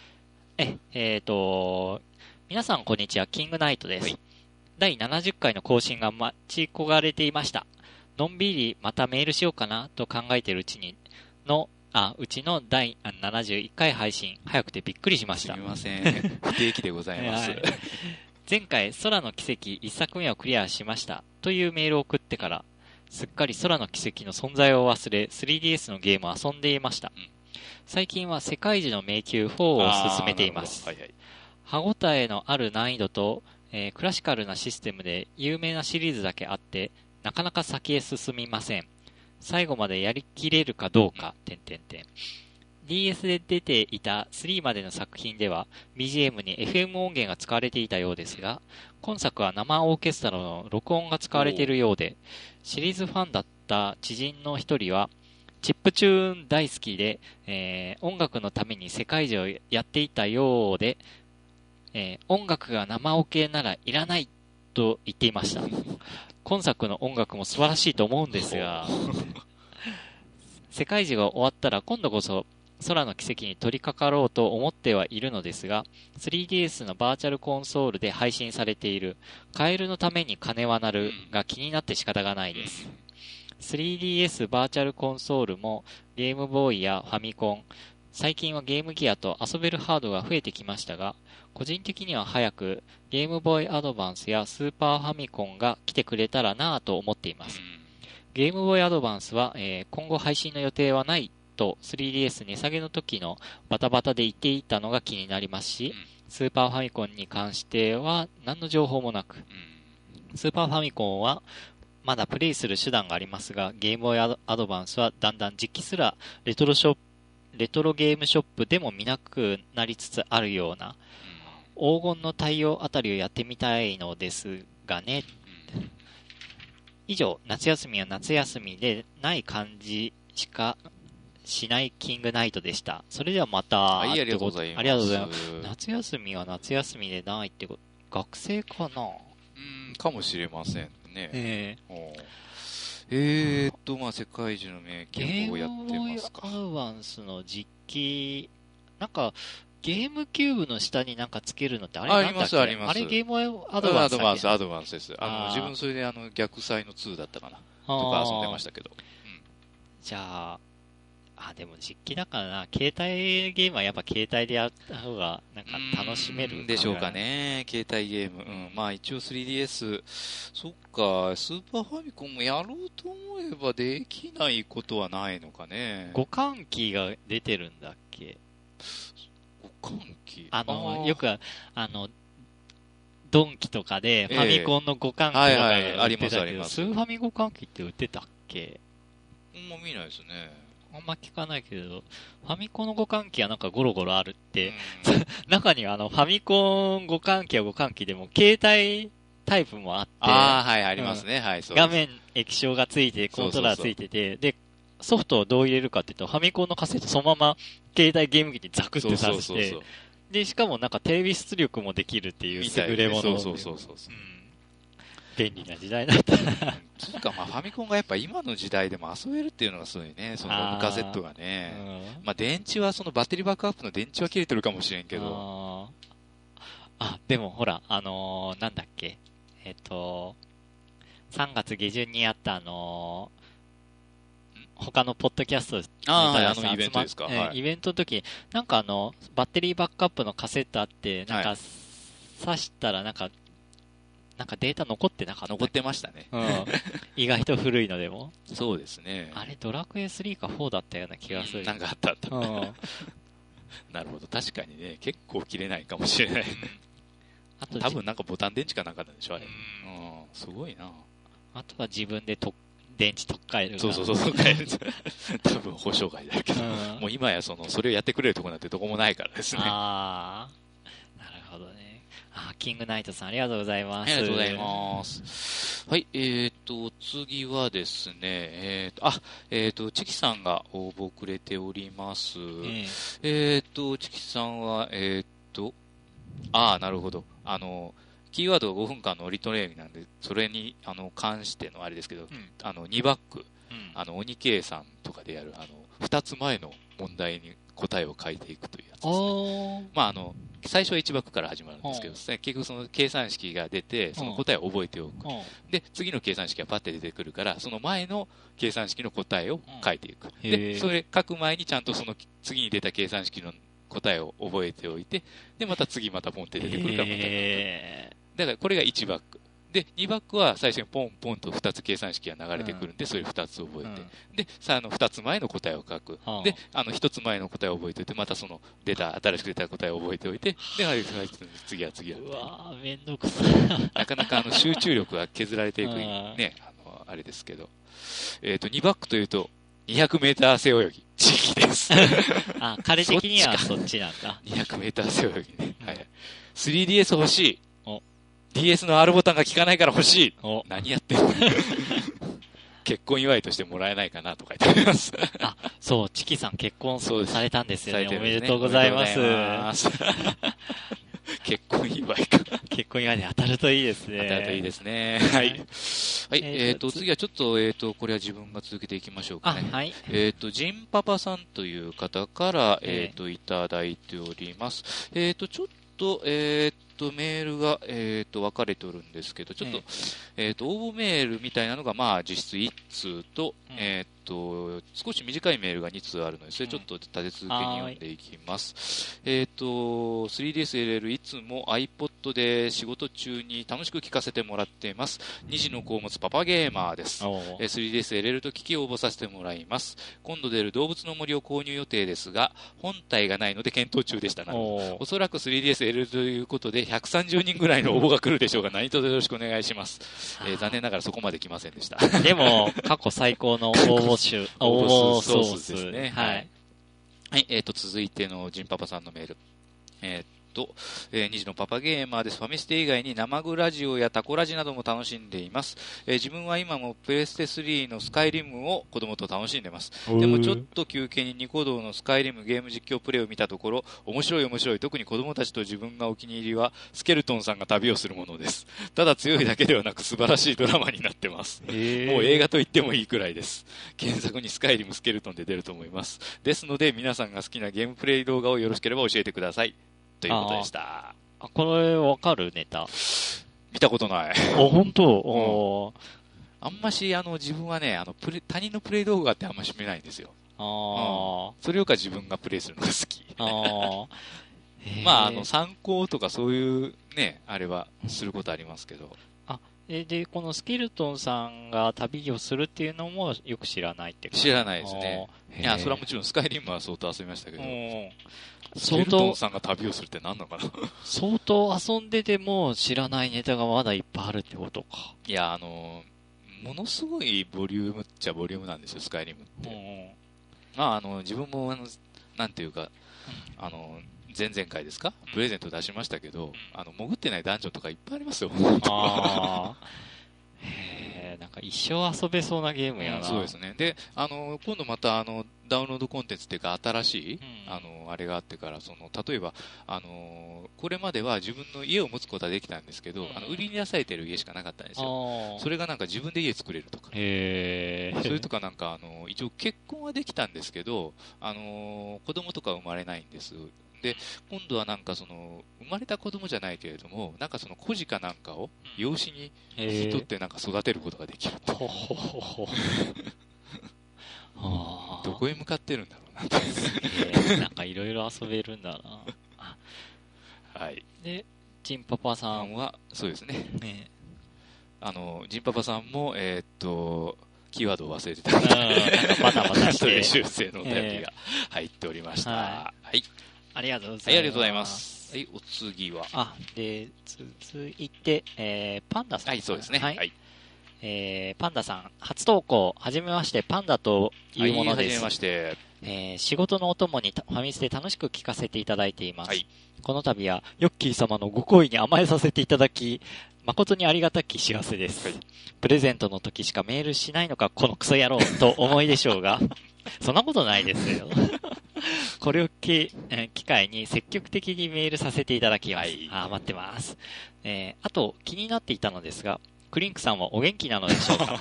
皆さんこんにちは、キングナイトです。第70回の更新が待ち焦がれていました。のんびりまたメールしようかなと考えているうちに、 うちの第71回配信、早くてびっくりしました。 すみません。不定期でございます。 前回、空の奇跡1作目をクリアしましたというメールを送ってから、すっかり空の奇跡の存在を忘れ、3DS のゲームを遊んでいました。最近は世界樹の迷宮4を進めています。歯応えのある難易度と、クラシカルなシステムで有名なシリーズだけあって、なかなか先へ進みません。最後までやりきれるかどうか、DS で出ていた3までの作品では BGM に FM 音源が使われていたようですが、今作は生オーケストラの録音が使われているようで、シリーズファンだった知人の一人は、チップチューン大好きで、音楽のために世界中をやっていたようで、音楽が生オケならいらないと言っていました。今作の音楽も素晴らしいと思うんですが、世界中が終わったら今度こそ空の奇跡に取り掛かろうと思ってはいるのですが、3DS のバーチャルコンソールで配信されているカエルのために鐘は鳴るが気になって仕方がないです。3DS バーチャルコンソールもゲームボーイやファミコン、最近はゲームギアと遊べるハードが増えてきましたが、個人的には早くゲームボーイアドバンスやスーパーファミコンが来てくれたらなぁと思っています。ゲームボーイアドバンスは、今後配信の予定はないと 3DS 値下げの時のバタバタで言っていたのが気になりますし、スーパーファミコンに関しては何の情報もなく、スーパーファミコンはまだプレイする手段がありますが、ゲームボーイアドバンスはだんだん実機すらレトロゲームショップでも見なくなりつつあるような、黄金の対応あたりをやってみたいのですがね。以上、夏休みは夏休みでない感じしかしないキングナイトでした。それではまた。 はい、ありがとうございます。ありがとうございます。 夏休みは夏休みでないってこと、学生かな？ かもしれませんね。まあ、世界中の迷宮をやってますか。 ゲームボーイアドバンスの実機、なんか、ゲームキューブの下になんかつけるのってあれなんだっけ？ あります。 あれゲームボーイアドバンスアドバンスです。自分それで逆サイの2だったかな。とか遊んでましたけど。 じゃあ、でも実機だからな、携帯ゲームはやっぱ携帯でやった方がなんか楽しめるでしょうかね。携帯ゲーム。まあ一応 3DS、そっか、スーパーファミコンもやろうと思えばできないことはないのかね。 互換機が出てるんだっけ？ 互換機？ よくドンキとかでファミコンの互換機とかが売ってたけど、スーファミ互換機って売ってたっけ？ あんま見ないですね。 あんま聞かないけど、ファミコンの互換機はなんかゴロゴロあるって、中にはファミコン互換機は互換機でも、携帯タイプもあって、 ありますね。はい、そうです。 画面液晶がついて、コントローラーついてて、で、ソフトをどう入れるかっていうと、ファミコンのカセットそのまま携帯ゲーム機にザクってさして、で、しかもなんかテレビ出力もできるっていう優れもの。 そう。 便利な時代だったな。 つうか、まあ、ファミコンがやっぱ今の時代でも遊べるっていうのがすごいね、そのロムカセットがね。まあ、電池は、そのバッテリーバックアップの電池は切れてるかもしれんけど。 でもほら、なんだっけ。3月下旬にあった他のポッドキャストイベントですか。 イベントの時、なんかバッテリーバックアップのカセットあって、なんか、挿したらなんかデータ残ってなかった。 残ってましたね。 意外と古いのでも。 そうですね。 あれ、ドラクエ3か4だったような気がする。 なんかあった。なるほど。確かにね、結構切れないかもしれない。あと多分なんかボタン電池かなんかなんでしょ、あれ。すごいな。 あとは自分で電池取っ替える。 そう、変える。多分保証外だけど。もう今やそれをやってくれるとこなんてどこもないからですね。 なるほどね。キングナイトさんありがとうございます。 ありがとうございます。はい、次はですね、チキさんが応募くれております。チキさんは、なるほど。キーワードが5分間のリトレーニングなんで、それに、関してのあれですけど、2バック、鬼計算とかでやる、2つ前の問題に答えを書いていくという、 つですね。まあ最初は1バックから始まるんですけど、結局その計算式が出て、その答えを覚えておく。で、次の計算式がパッて出てくるから、その前の計算式の答えを書いていく。で、それ書く前にちゃんとその次に出た計算式の答えを覚えておいて、で、また次またポンって出てくるからまた。だからこれが1バック。で、2バックは最初にポンポンと2つ計算式が流れてくるんで、それ2つ覚えて。で、さあ2つ前の答えを書く。で、1つ前の答えを覚えておいて、またその新しく出た答えを覚えておいて、で、次は。 うわぁ、めんどくさい。なかなか集中力が削られていくね、あれですけど。2バックというと、200メーター背泳ぎ、地域です。 あ、彼的にはそっちなんだ。 200メーター背泳ぎね。はい。3DS 欲しい。DS の R ボタンが効かないから欲しい。何やってんの結婚祝いとしてもらえないかなとか言っております。 あ、そう、チキさん結婚されたんですよね。おめでとうございます。 結婚祝いか。 結婚祝いに当たるといいですね。 当たるといいですね。はい。はい、次はちょっと、これは自分が続けていきましょうかね。 はい。 ジンパパさんという方から、いただいております。ちょっと、メールが、分かれておるんですけど、ちょっと、応募メールみたいなのが、まあ、実質1通と、少し短いメールが2通あるので、それちょっと立て続けに読んでいきます。3DSLL いつも iPod で仕事中に楽しく聞かせてもらっています。2児の子を持つパパゲーマーです。3DSLL と聞き応募させてもらいます。今度出る動物の森を購入予定ですが、本体がないので検討中でしたな。おそらく 3DSLL ということで、130人ぐらいの応募が来るでしょうが、何卒よろしくお願いします。残念ながらそこまで来ませんでした。 でも、過去最高の応募数ですね。はい。はい、続いてのジンパパさんのメール。2児のパパゲーマーです。ファミステ以外に生グラジオやタコラジなども楽しんでいます。自分は今もプレステ3のスカイリムを子供と楽しんでいます。でもちょっと休憩にニコ動のスカイリムゲーム実況プレイを見たところ、面白い。特に子供たちと自分がお気に入りは、スケルトンさんが旅をするものです。ただ強いだけではなく素晴らしいドラマになってます。もう映画と言ってもいいくらいです。検索にスカイリムスケルトンで出ると思います。ですので皆さんが好きなゲームプレイ動画をよろしければ教えてください。ということでした。 これわかるネタ見たことない。 本当、 あんまし、自分はね、他人のプレイ動画ってあんまし見ないんですよ。それよりか自分がプレイするのが好き。まあ、参考とかそういうね、あれはすることありますけど。 で、このスケルトンさんが旅をするっていうのもよく知らないってこと？ 知らないですね。いや、それはもちろんスカイリムは相当遊びましたけど。スケルトンさんが旅をするって何なのかな相当遊んでても知らないネタがまだいっぱいあるってことか。 いや、ものすごいボリュームっちゃボリュームなんですよ、スカイリムって。まあ、自分も、なんていうか、前々回ですかプレゼント出しましたけど、潜ってないダンジョンとかいっぱいありますよ。 なんか一生遊べそうなゲームやな。 そうですね。で、今度またダウンロードコンテンツっていうか新しい、あれがあってから、例えば、これまでは自分の家を持つことはできたんですけど、売りに出されてる家しかなかったんですよ。それがなんか自分で家作れるとか。それとかなんか、一応結婚はできたんですけど、子供とか生まれないんです。で、今度はなんか生まれた子供じゃないけれども、なんか孤児かなんかを養子に引き取ってなんか育てることができると。どこへ向かってるんだろうなって。 なんかいろいろ遊べるんだな。 はい。 で、ジンパパさんは、 そうですね。ジンパパさんも、キーワードを忘れてたので、 なんかバタバタして。 修正のお便りが入っておりました。はい。 ありがとうございます。 はい、ありがとうございます。はい、お次は。 で、続いて、パンダさん。 はい、そうですね。はい。 パンダさん、初投稿、はじめまして、パンダというものです。 はじめまして。 仕事のお供にファミスで楽しく聞かせていただいています。はい、この度は、ヨッキー様のご好意に甘えさせていただき、誠にありがたき幸せです。はい、プレゼントの時しかメールしないのか、このクソ野郎と思いでしょうが、そんなことないですよ。これを機会に積極的にメールさせていただきます。待ってます。あと、気になっていたのですが、クリンクさんはお元気なのでしょうか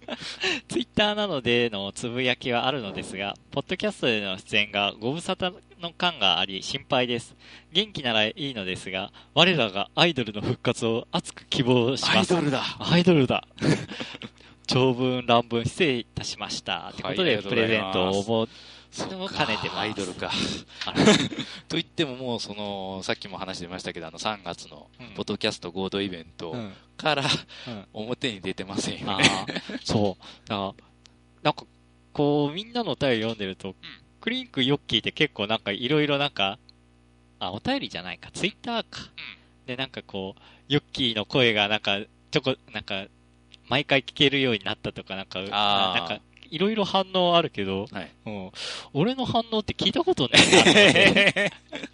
ツイッターなどでのつぶやきはあるのですが、ポッドキャストでの出演がご無沙汰の感があり心配です。元気ならいいのですが、我らがアイドルの復活を熱く希望します。 アイドルだ。 アイドルだ。長文乱文失礼いたしました。ということで、プレゼントを応募も兼ねてます。 アイドルか。と言ってももうさっきも話してましたけど、3月のポッドキャスト合同イベントから表に出てませんよね。 そう。なんか、こう、みんなのお便り読んでると、クリンクヨッキーって結構なんかいろいろなんか、お便りじゃないか、ツイッターか。で、なんかこう、ヨッキーの声がなんか、なんか、毎回聞けるようになったとか、なんか、いろいろ反応あるけど、はい、俺の反応って聞いたことない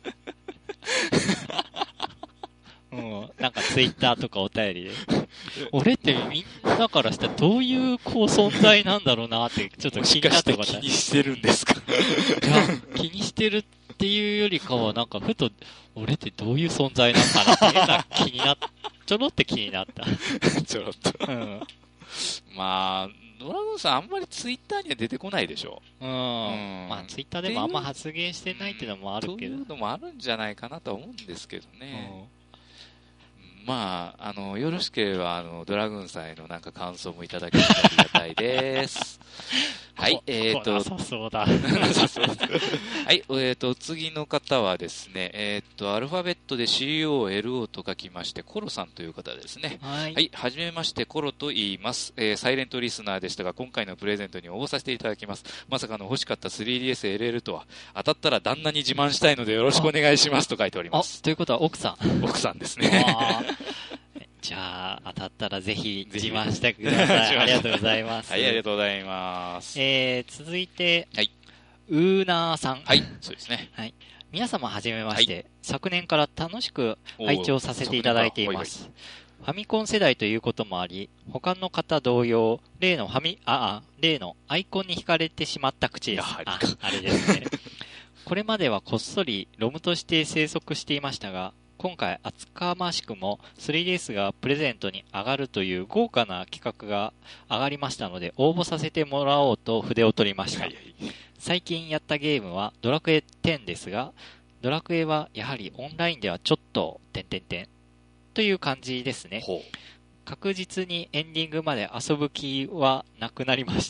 な。なんかツイッターとかお便りで。俺ってみんなからしたらどういう存在なんだろうなってちょっと気になってました。気にしてるんですか？いや、気にしてるっていうよりかはなんかふと、俺ってどういう存在なのかなっていうのはちょろって気になった。 ちょろっと。まあ、ドラゴンさんあんまりツイッターには出てこないでしょ。 まあツイッターでもあんま発言してないっていうのもあるけど。 そういうのもあるんじゃないかなとは思うんですけどね。まあ、よろしければ、ドラグーンさんへのなんか感想もいただければありがたいです。はい、 そうだ。 はい、次の方はですね、アルファベットで COLO と書きまして、コロさんという方ですね。はい。はじめまして、コロと言います。サイレントリスナーでしたが、今回のプレゼントに応募させていただきます。まさかの欲しかった 3DSLL とは、当たったら旦那に自慢したいのでよろしくお願いしますと書いております。 ということは奥さん。 奥さんですね。 じゃあ、当たったらぜひ自慢してください。ありがとうございます。 はい、ありがとうございます。 続いて、 はい。 ウーナーさん。 はい、そうですね。 はい。皆様はじめまして、昨年から楽しく拝聴させていただいています。ファミコン世代ということもあり、他の方同様、例のアイコンに惹かれてしまった口です。あれですね。これまではこっそりロムとして生息していましたが、今回厚かましくも 3DS がプレゼントに上がるという豪華な企画が上がりましたので応募させてもらおうと筆を取りました。最近やったゲームはドラクエ10ですが、ドラクエはやはりオンラインではちょっとという感じですね。確実にエンディングまで遊ぶ気はなくなりました。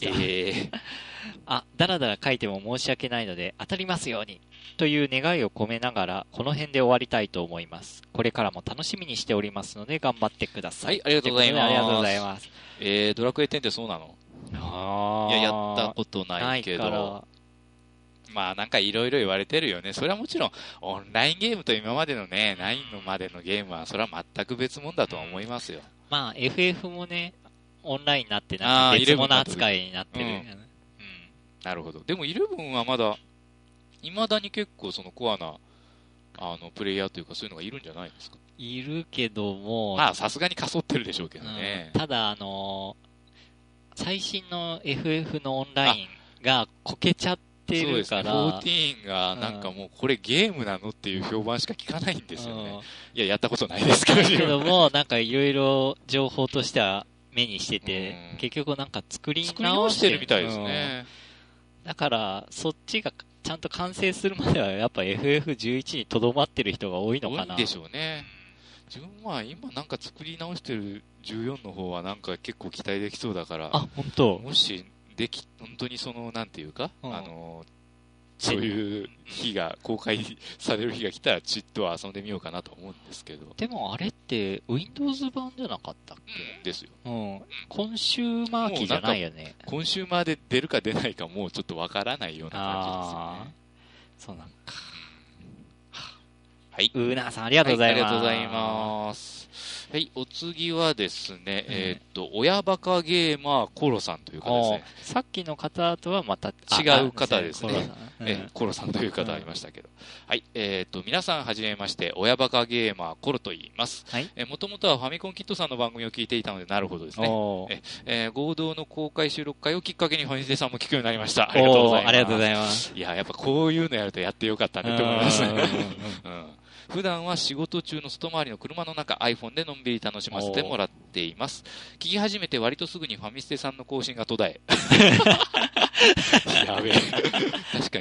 だらだら書いても申し訳ないので当たりますようにという願いを込めながらこの辺で終わりたいと思います。これからも楽しみにしておりますので頑張ってください。 はい、ありがとうございます。 ありがとうございます。 ドラクエ10ってそうなの？いや、やったことないけど。まあなんかいろいろ言われてるよね。それはもちろんオンラインゲームと今までのね、9のまでのゲームはそれは全く別物だとは思いますよ。 まあ FF もね、オンラインになってなんか別物扱いになってる。 なるほど。でも11はまだ、未だに結構そのコアな、プレイヤーというかそういうのがいるんじゃないですか？ いるけども。 まあさすがにかそってるでしょうけどね。 ただ最新の FF のオンラインがこけちゃってるから。 そうですね。14がなんかもうこれゲームなのっていう評判しか聞かないんですよね。いや、やったことないですけど。 だけども、なんかいろいろ情報としては目にしてて、結局なんか作り直してるみたいですね。 だから、そっちがちゃんと完成するまではやっぱ FF11 にとどまってる人が多いのかな。 多いでしょうね。自分は今なんか作り直してる14の方はなんか結構期待できそうだから。 本当。 もし本当になんていうか、そういう日が、公開される日が来たらちっと遊んでみようかなと思うんですけど。 でもあれって Windows 版じゃなかったっけ？ ですよ。 コンシューマー機じゃないよね。 コンシューマーで出るか出ないかもうちょっとわからないような感じですよね。 そうなんか。 はい。 ウーナーさんありがとうございます。 ありがとうございます。はい、お次はですね、親バカゲーマーコロさんという方ですね。 さっきの方とはまた違う方ですね。コロさんという方ありましたけど。はい、皆さんはじめまして、親バカゲーマーコロと言います。もともとはファミコンキットさんの番組を聞いていたので、なるほどですね。合同の公開収録会をきっかけにファミステさんも聞くようになりました。ありがとうございます。 ありがとうございます。 いや、やっぱこういうのやるとやってよかったねと思いますね。普段は仕事中の外回りの車の中 iPhone でのんびり楽しませてもらっています。聞き始めて割とすぐにファミステさんの更新が途絶えやべえ確かに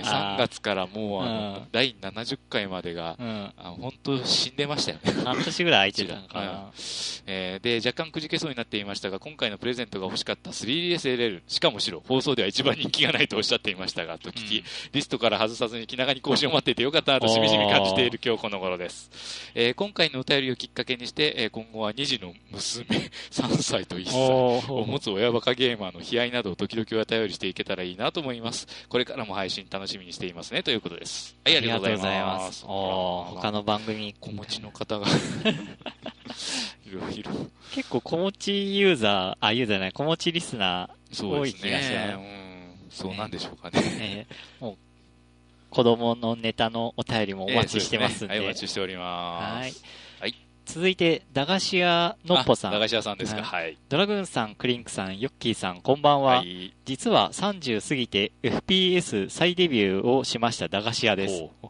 3月からもう第70回までが、本当死んでましたよね。 半年ぐらい空いてたのかな。 で、若干くじけそうになっていましたが、今回のプレゼントが欲しかった 3DSLL、しかも白、放送では一番人気がないとおっしゃっていましたが、と聞き、リストから外さずに気長に更新を待っていてよかったなとしみじみ感じている今日この頃です。今回のお便りをきっかけにして、今後は2児の娘、3歳と1歳を持つ親バカゲーマーの悲哀などを時々お便りしていけたらいいなと思います。これからも配信楽しみにしていますね、ということです。はい、ありがとうございます。 他の番組。 子持ちの方がいろいろ。 結構子持ちユーザー、ユーザーじゃない、子持ちリスナー多い気がします。 そうなんでしょうかね。 もう子供のネタのお便りもお待ちしてますんで。 はい、お待ちしております。はい。 続いて、駄菓子屋のっぽさん。 駄菓子屋さんですか。はい。 ドラグーンさん、クリンクさん、ヨッキーさん、こんばんは。はい、実は30過ぎて FPS 再デビューをしました駄菓子屋です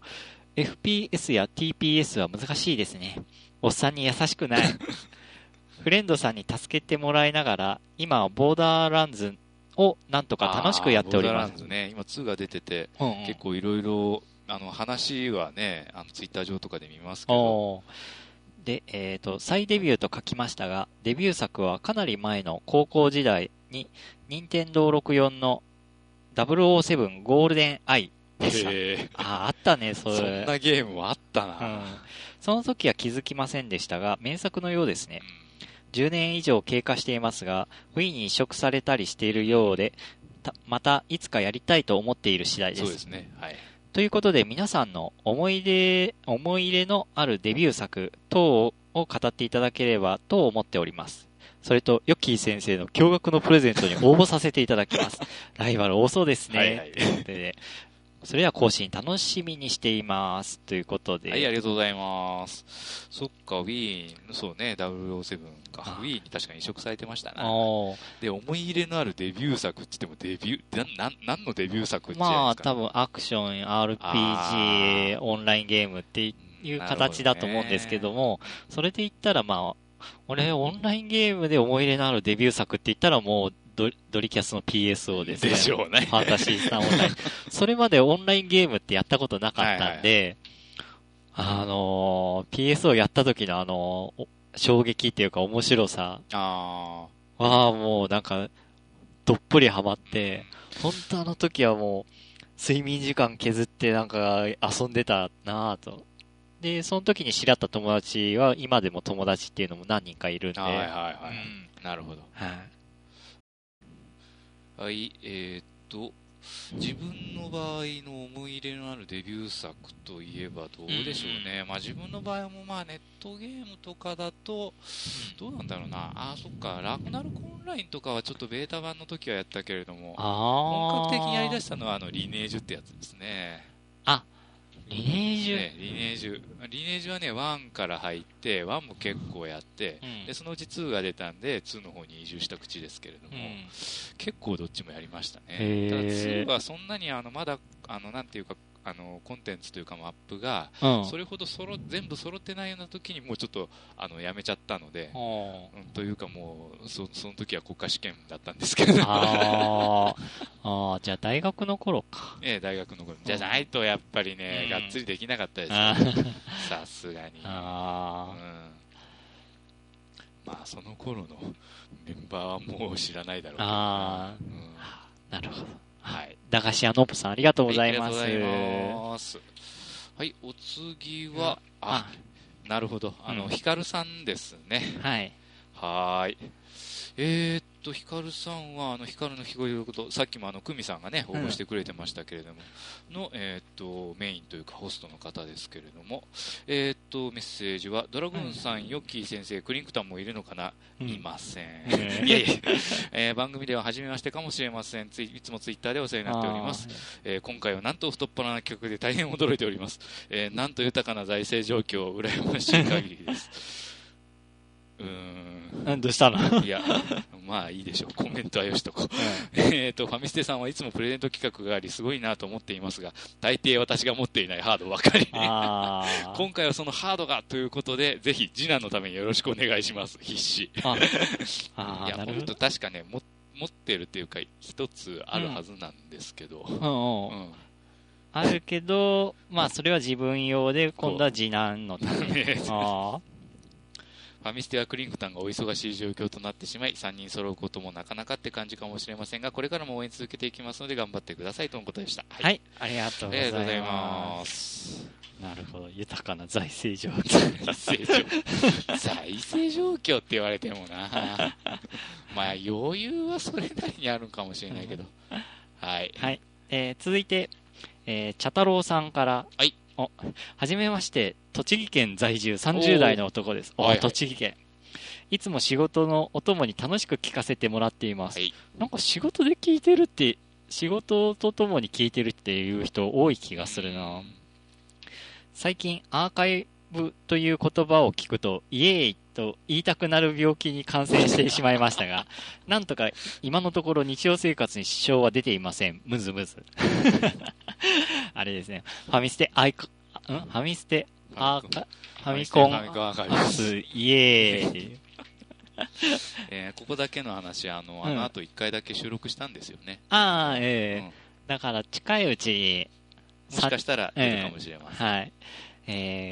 。FPS や TPS は難しいですね。おっさんに優しくない。フレンドさんに助けてもらいながら、今はボーダーランズをなんとか楽しくやっております。ボーダーランズね、今2が出てて、結構いろいろ話はね、ツイッター上とかで見ますけど。 で、再デビューと書きましたが、デビュー作はかなり前の高校時代に、任天堂64の007ゴールデンアイでした。あったね、それ。 そんなゲームもあったな、 その時は気づきませんでしたが、名作のようですね。10年以上経過していますが、Wii に移植されたりしているようで、またいつかやりたいと思っている次第です。 そうですね。はい。 ということで皆さんの思い入れのあるデビュー作等を語っていただければと思っております。それと、ヨッキー先生の驚愕のプレゼントに応募させていただきます。ライバル多そうですね。はいはい、ということで、それでは更新楽しみにしています。ということで。 はい、ありがとうございます。そっか、Wii、そうね、007か。Wii に確かに移植されてましたな。で、思い入れのあるデビュー作って言っても、デビュー、何のデビュー作って言うんですか、ね、 まあ、多分アクション、RPG、オンラインゲームっていう形だと思うんですけども、それで言ったらまあ、俺、オンラインゲームで思い入れのあるデビュー作って言ったらもう、ドリキャスの PSO ですね。 でしょうね。 ファンタシースターオンライン。それまでオンラインゲームってやったことなかったんで、PSO やった時の衝撃っていうか面白さはもうなんか、どっぷりハマって、本当あの時はもう、睡眠時間削ってなんか遊んでたなぁと。で、その時に知り合った友達は今でも友達っていうのも何人かいるんで。 はいはいはい。なるほど。はい、自分の場合の思い入れのあるデビュー作といえばどうでしょうね。まあ自分の場合はもうまあネットゲームとかだと、どうなんだろうな。そっか、ラグナロクオンラインとかはちょっとベータ版の時はやったけれども、本格的にやりだしたのはリネージュってやつですね。 リネージュ、 リネージュはね、1から入って、1も結構やって、で、そのうち2が出たんで、2の方に移住した口ですけれども、結構どっちもやりましたね。ただ2はそんなにまだ、なんていうか、コンテンツというかマップが、それほど全部揃ってないような時にもうちょっと、やめちゃったので、というかもう、その時は国家試験だったんですけど。じゃあ大学の頃か。 大学の頃。じゃないとやっぱりね、がっつりできなかったですよ。さすがに。まあ、その頃のメンバーはもう知らないだろうけど。 なるほど。 はい。 駄菓子屋のっぽさん、ありがとうございます。 ありがとうございます。はい、お次は、なるほど。ヒカルさんですね。 はい。 はい。ヒカルさんは、ヒカルの日ごろこと、さっきもクミさんがね、応募してくれてましたけれども、メインというかホストの方ですけれども、メッセージは、ドラグーンさん、ヨッキー先生、クリンクタンもいるのかな、いません。いやいや、番組では初めましてかもしれません。いつもツイッターでお世話になっております。今回はなんと太っ腹な企画で大変驚いております。なんと豊かな財政状況、羨ましい限りです。 どうしたの？ いや、まあいいでしょう。コメントはよしとこ。ファミステさんはいつもプレゼント企画がありすごいなと思っていますが、大抵私が持っていないハードばかり。今回はそのハードがということで、ぜひ次男のためによろしくお願いします。必死。いや、もっと確かね、持ってるっていうか、一つあるはずなんですけど。 あるけど、まあそれは自分用で、今度は次男のために。あファミステはクリンクタンがお忙しい状況となってしまい、3人揃うこともなかなかって感じかもしれませんが、これからも応援続けていきますので頑張ってくださいとのことでした。 はい、ありがとうございます。なるほど、豊かな財政状況。 財政状況って言われてもな。まあ余裕はそれなりにあるかもしれないけど。はい。 はい。続いて、茶太郎さんから。 はい。 はじめまして、栃木県在住30代の男です。はいはい、栃木県。いつも仕事のお供に楽しく聞かせてもらっています。はい、なんか仕事で聞いてるって、仕事とともに聞いてるっていう人多い気がするな。最近アーカイブという言葉を聞くと、イエーイと言いたくなる病気に感染してしまいましたが、なんとか今のところ日常生活に支障は出ていません。ムズムズ。あれですね。ファミステファミステファミコンアースイエーイ。 ここだけの話、あの後1回だけ収録したんですよね。 だから近いうちに、 もしかしたら出るかもしれません。 はい。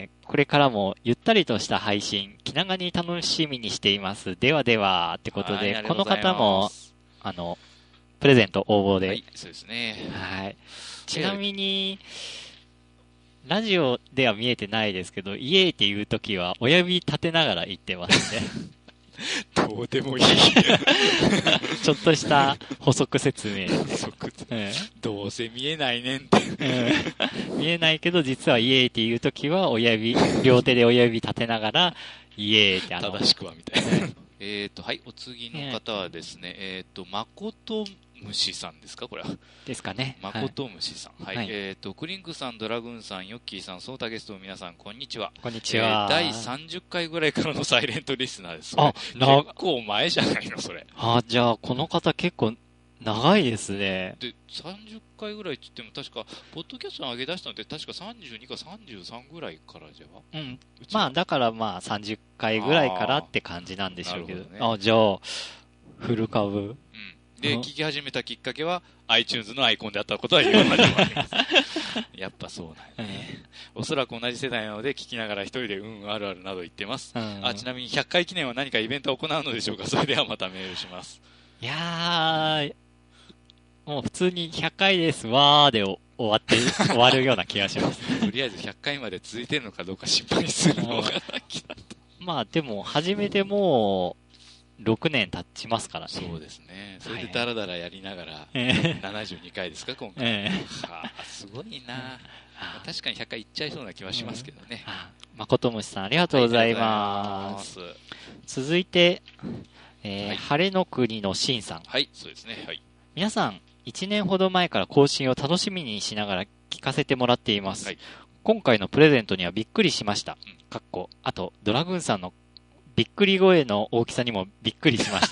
これからもゆったりとした配信、気長に楽しみにしています。ではでは、ってことで、この方も、プレゼント応募で。 はい、そうですね。 はい。ちなみに、ラジオでは見えてないですけど、イエーっていうときは親指立てながら言ってますね。 どうでもいい。 ちょっとした補足説明。 どうせ見えないねんって。 見えないけど、実はイエーっていうときは両手で親指立てながら、イエーって正しくはみたいな。はい、お次の方はですね、まことむしさんですかこれは。 ですかね。 まことむしさん。はい。クリンクさん、ドラグーンさん、ヨッキーさん、ソータゲストの皆さん、こんにちは。 こんにちは。 第30回ぐらいからのサイレントリスナーです。結構前じゃないの、それ。 じゃあ、この方結構長いですね。 で、30回ぐらいって言っても確か、ポッドキャスト上げ出したのって確か32か33ぐらいからじゃうん。まあ、だからまあ30回ぐらいからって感じなんでしょうけど。ね、じゃあ、フル株。うん。 で、聞き始めたきっかけは、iTunes のアイコンであったことは言わないと思います。やっぱそうなんね。おそらく同じ世代なので、聞きながら一人であるあるなど言ってます。ちなみに100回記念は何かイベントを行うのでしょうか。それではまたメールします。 いやー、もう普通に100回ですわーで終わるような気がします。 とりあえず100回まで続いてるのかどうか心配するのが先だと。 まあでも、始めてもう6年経ちますからね。 そうですね。それでダラダラやりながら、72回ですか、今回。すごいな確かに100回いっちゃいそうな気はしますけどね。 誠虫さん、ありがとうございます。続いて、晴れの国のしんさん。 はい、そうですね。はい。 皆さん、1年ほど前から更新を楽しみにしながら聞かせてもらっています。はい、今回のプレゼントにはびっくりしました。あと、ドラグーンさんのびっくり声の大きさにもびっくりしました。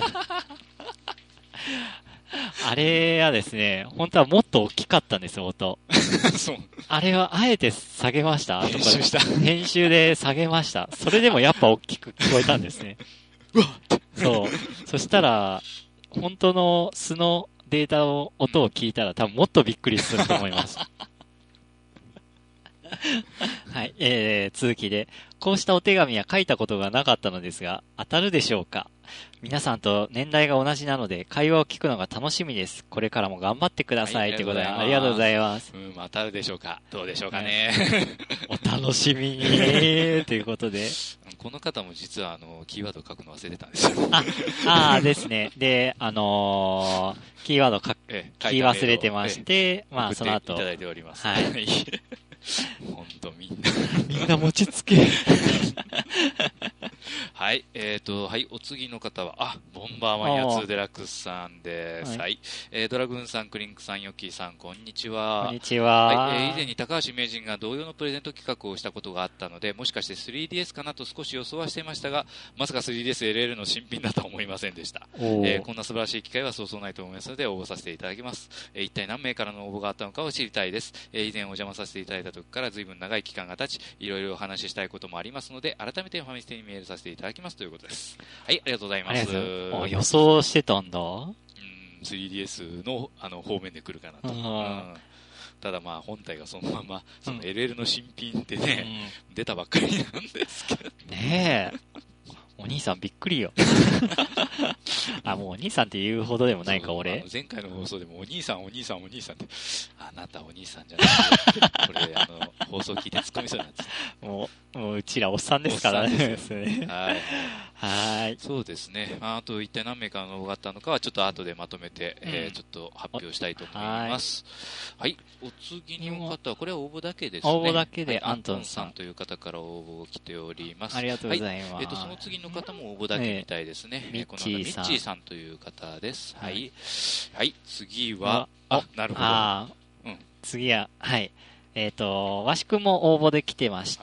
あれはですね、本当はもっと大きかったんですよ、音。 そう。 あれはあえて下げました。 編集で下げました。それでもやっぱ大きく聞こえたんですね。そう。そしたら、本当の素のデータ音を聞いたら多分もっとびっくりすると思います。はい、続きで、こうしたお手紙は書いたことがなかったのですが、当たるでしょうか？皆さんと年代が同じなので、会話を聞くのが楽しみです。これからも頑張ってください。ということで、ありがとうございます。 当たるでしょうか？どうでしょうかね。 お楽しみにということで。 この方も実はキーワード書くの忘れてたんですよ。 ですね。で、キーワード書き忘れてまして、まあその後。 いただいております。 はい。 ほんとみんな餅つけ。 はい、はい、お次の方は、ボンバーマニア2デラックスさんです。はい。ドラグーンさん、クリンクさん、ヨッキーさん、こんにちは。 こんにちは。 はい、以前に高橋名人が同様のプレゼント企画をしたことがあったので、もしかして 3DS かなと少し予想はしていましたが、まさか 3DS LL の新品だとは思いませんでした。こんな素晴らしい機会はそうそうないと思いますので、応募させていただきます。一体何名からの応募があったのかを知りたいです。以前お邪魔させていただいた時から随分長い期間が経ち、いろいろお話ししたいこともありますので、改めてファミステにメールさせていただきますということです。はい、ありがとうございます。 予想してたんだ。 3DS の方面で来るかなと。 ただまあ本体がそのままその LL の新品ってね、出たばっかりなんですけどねえ、お兄さんびっくりよ。あ、もうお兄さんって言うほどでもないか、俺。 前回の放送でもお兄さんって、あなたお兄さんじゃないこれ放送聞いて突っ込みそうになってもううちらおっさんですからね。はい。 そうですね。あと一体何名かのがあったのかはちょっと後でまとめて、ちょっと発表したいと思います。はい。お次の方は、これは応募だけですね。 応募だけで、 アントンさんという方から応募が来ております。 ありがとうございます。 その次の方も応募だけみたいですね。 ミッチーさんという方です。はい。はい。次は、なるほど。 次は、はい。わしくんも応募で来てまして、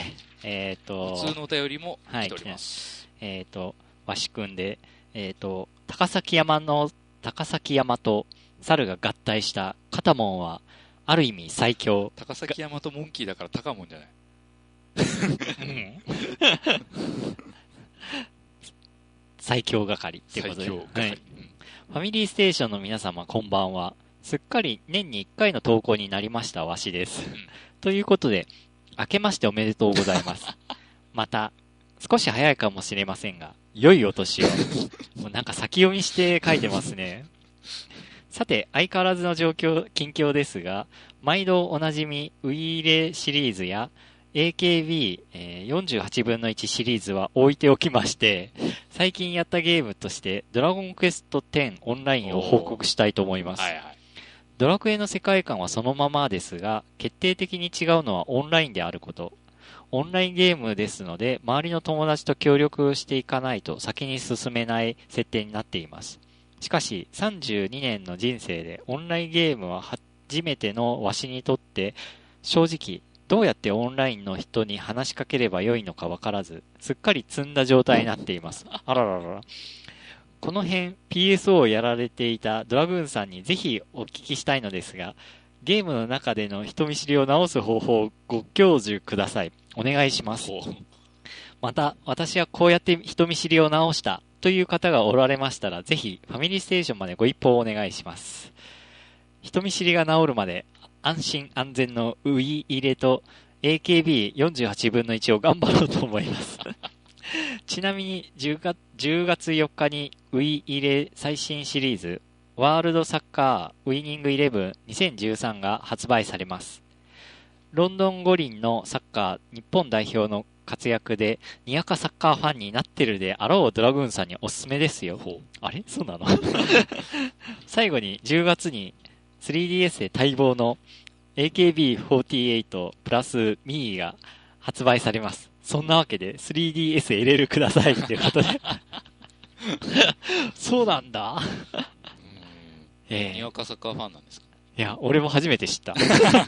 普通のお便りも来ております。 わしくんで、高崎山と猿が合体したカタモンは、ある意味最強。 高崎山とモンキーだからタカモンじゃない最強係ってことで。ファミリーステーションの皆様こんばんは。すっかり年に1回の投稿になりましたわしです。ということで、明けましておめでとうございます。また、少し早いかもしれませんが、良いお年を。もうなんか先読みして書いてますね。さて、相変わらずの近況ですが、毎度おなじみ、ウイイレシリーズや、AKB48 分の1シリーズは置いておきまして、最近やったゲームとして、ドラゴンクエスト10オンラインを報告したいと思います。ドラクエの世界観はそのままですが、決定的に違うのはオンラインであること。オンラインゲームですので、周りの友達と協力していかないと先に進めない設定になっています。しかし、32年の人生でオンラインゲームは初めてのわしにとって、正直、どうやってオンラインの人に話しかければよいのかわからず、すっかり積んだ状態になっています。あららら。この辺 PSO をやられていたドラグーンさんにぜひお聞きしたいのですが、ゲームの中での人見知りを直す方法をご教授ください。お願いします。また、私はこうやって人見知りを直したという方がおられましたら、ぜひファミリーステーションまでご一報お願いします。人見知りが治るまで安心安全のウイ入れと AKB48 分の1を頑張ろうと思います。ちなみに10月4日にウイ入れ最新シリーズワールドサッカーウイニング11 2013が発売されます。ロンドン五輪のサッカー日本代表の活躍でにわかサッカーファンになってるであろうドラグーンさんにおすすめですよ。あれそうなの最後に10月に 3DS で待望の AKB48 プラスミーが発売されます。そんなわけで 3DS LL くださいっていうことでそうなんだにわかサッカーファンなんですか？ いや、俺も初めて知った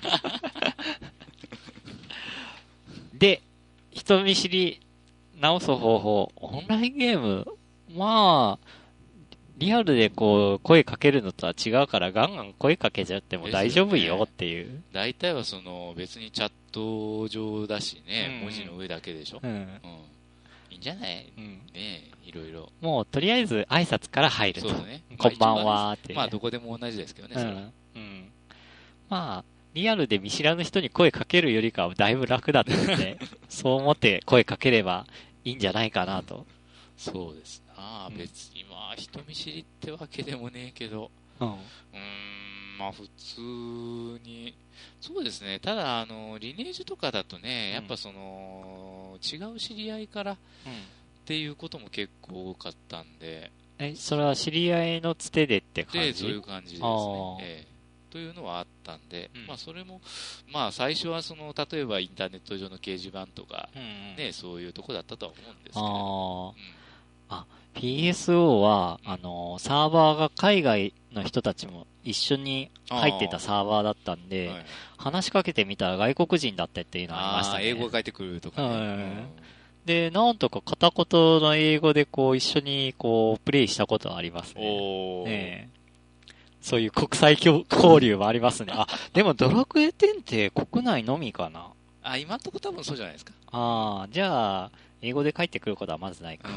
で、人見知り直す方法、オンラインゲーム、まあリアルでこう声かけるのとは違うからガンガン声かけちゃっても大丈夫よっていう。 大体はその別にチャット上だしね、文字の上だけでしょ。いいんじゃない？ね、いろいろ。 もうとりあえず挨拶から入ると。 そうだね。 こんばんはって。 まあどこでも同じですけどね。それは。 まあリアルで見知らぬ人に声かけるよりかはだいぶ楽だったので、そう思って声かければいいんじゃないかなと。 そうです。別にまあ人見知りってわけでもねえけど、まあ普通にそうですね。ただリネージュとかだとね、やっぱその違う知り合いからっていうことも結構多かったんで、 それは知り合いのつてでって感じ？ そういう感じですね。というのはあったんで、まあそれもまあ最初はその例えばインターネット上の掲示板とかね、そういうとこだったとは思うんですけど。 PSO は、サーバーが海外の人たちも一緒に入ってたサーバーだったんで、話しかけてみたら外国人だったっていうのがありましたね。 英語が返ってくるとかね。 で、なんとか片言の英語でこう一緒にこうプレイしたことはありますね。そういう国際交流もありますね。でもドラクエ10って国内のみかな。 今んとこ多分そうじゃないですか。 じゃあ、英語で返ってくることはまずないか。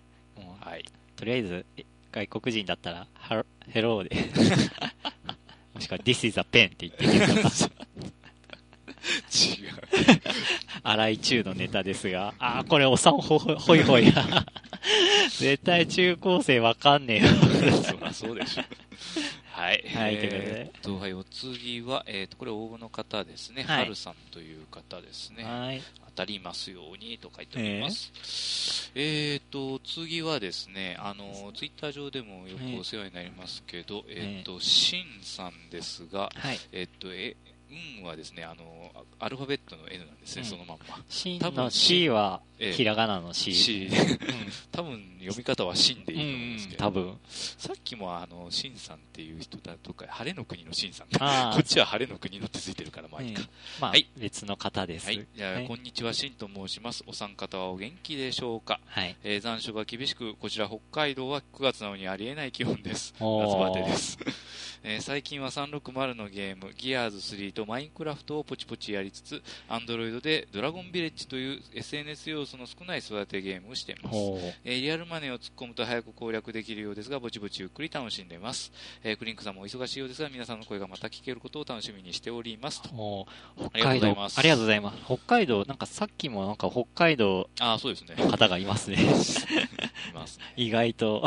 とりあえず外国人だったらヘローでもしくは This is a pen って言ってるのか。 違う。 荒井中のネタですが、これおさんほいほい。絶対中高生わかんねえよ。 そりゃそうでしょ。はい。 はい、ということで。 はい、お次は、これ応募の方ですね。 はい、 はるさんという方ですね。 はい。 当たりますようにと書いております。次はですね、ツイッター上でもよくお世話になりますけど、シンさんですが、 はい、 はですね、アルファベットの N なんですね、そのまんま。 シンの C は、ひらがなの C。 多分読み方はシンでいいと思うんですけど。 多分。 さっきもシンさんっていう人だとか、晴れの国のシンさん。こっちは晴れの国のってついてるから、まあいいか。 まあ、はい、別の方です。 はい。じゃあ、こんにちは、シンと申します。お三方はお元気でしょうか。 はい。 残暑が厳しく、こちら北海道は9月なのにありえない気温です。夏バテです。最近は360のゲーム、ギアーズ3とマインクラフトをポチポチやりつつ、Android でドラゴンビレッジという SNS 要素の少ない育てゲームをしています。リアルマネーを突っ込むと早く攻略できるようですが、ぼちぼちゆっくり楽しんでいます。クリンクさんもお忙しいようですが、皆さんの声がまた聞けることを楽しみにしておりますと。 北海道、ありがとうございます。北海道、なんかさっきもなんか北海道の方がいますね。 いますね。 意外と。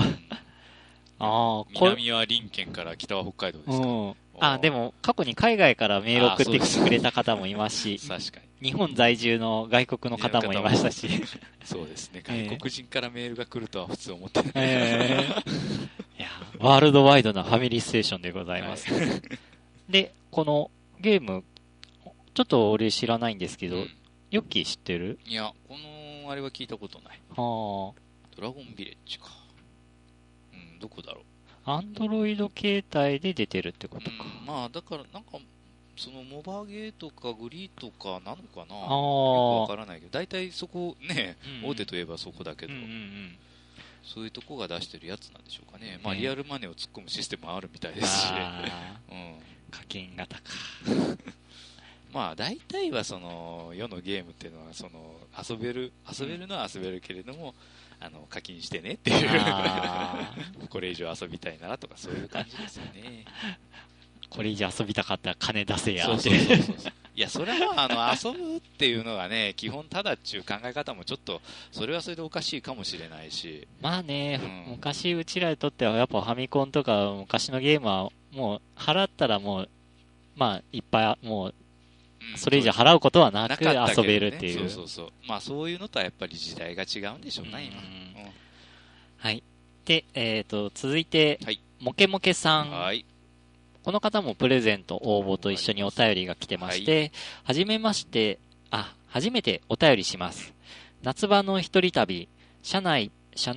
南は林県から北は北海道ですか。 でも過去に海外からメールを送ってきてくれた方もいますし、 確かに日本在住の外国の方もいましたし。 そうですね。外国人からメールが来るとは普通思ってない。 いや、ワールドワイドなファミリーステーションでございます。で、このゲーム、ちょっと俺知らないんですけど、ヨッキー知ってる？ いや、このあれは聞いたことない。 ドラゴンビレッジか。どこだろう。 アンドロイド携帯で出てるってことか。 まあだからなんかそのモバゲーとかグリーとかなのかな。よくわからないけど、大体そこね、大手といえばそこだけど、そういうとこが出してるやつなんでしょうかね。まあリアルマネーを突っ込むシステムもあるみたいですし、 課金型か。 まあ大体はその世のゲームっていうのはその遊べるのは遊べるけれども。課金してねっていうこれ以上遊びたいなとかそういう感じですよね。 これ以上遊びたかったら金出せやって。 いや、それは遊ぶっていうのがね、基本ただっていう考え方もちょっと、それはそれでおかしいかもしれないし。 まあね、昔うちらにとってはやっぱファミコンとか昔のゲームはもう払ったらもう、まあいっぱいもう、それ以上払うことはなく遊べるっていう。 まあそういうのとはやっぱり時代が違うんでしょうね、今。 はい。で、続いて、モケモケさん。 はい。 この方もプレゼント応募と一緒にお便りが来てまして、初めてお便りします。夏場の一人旅、車内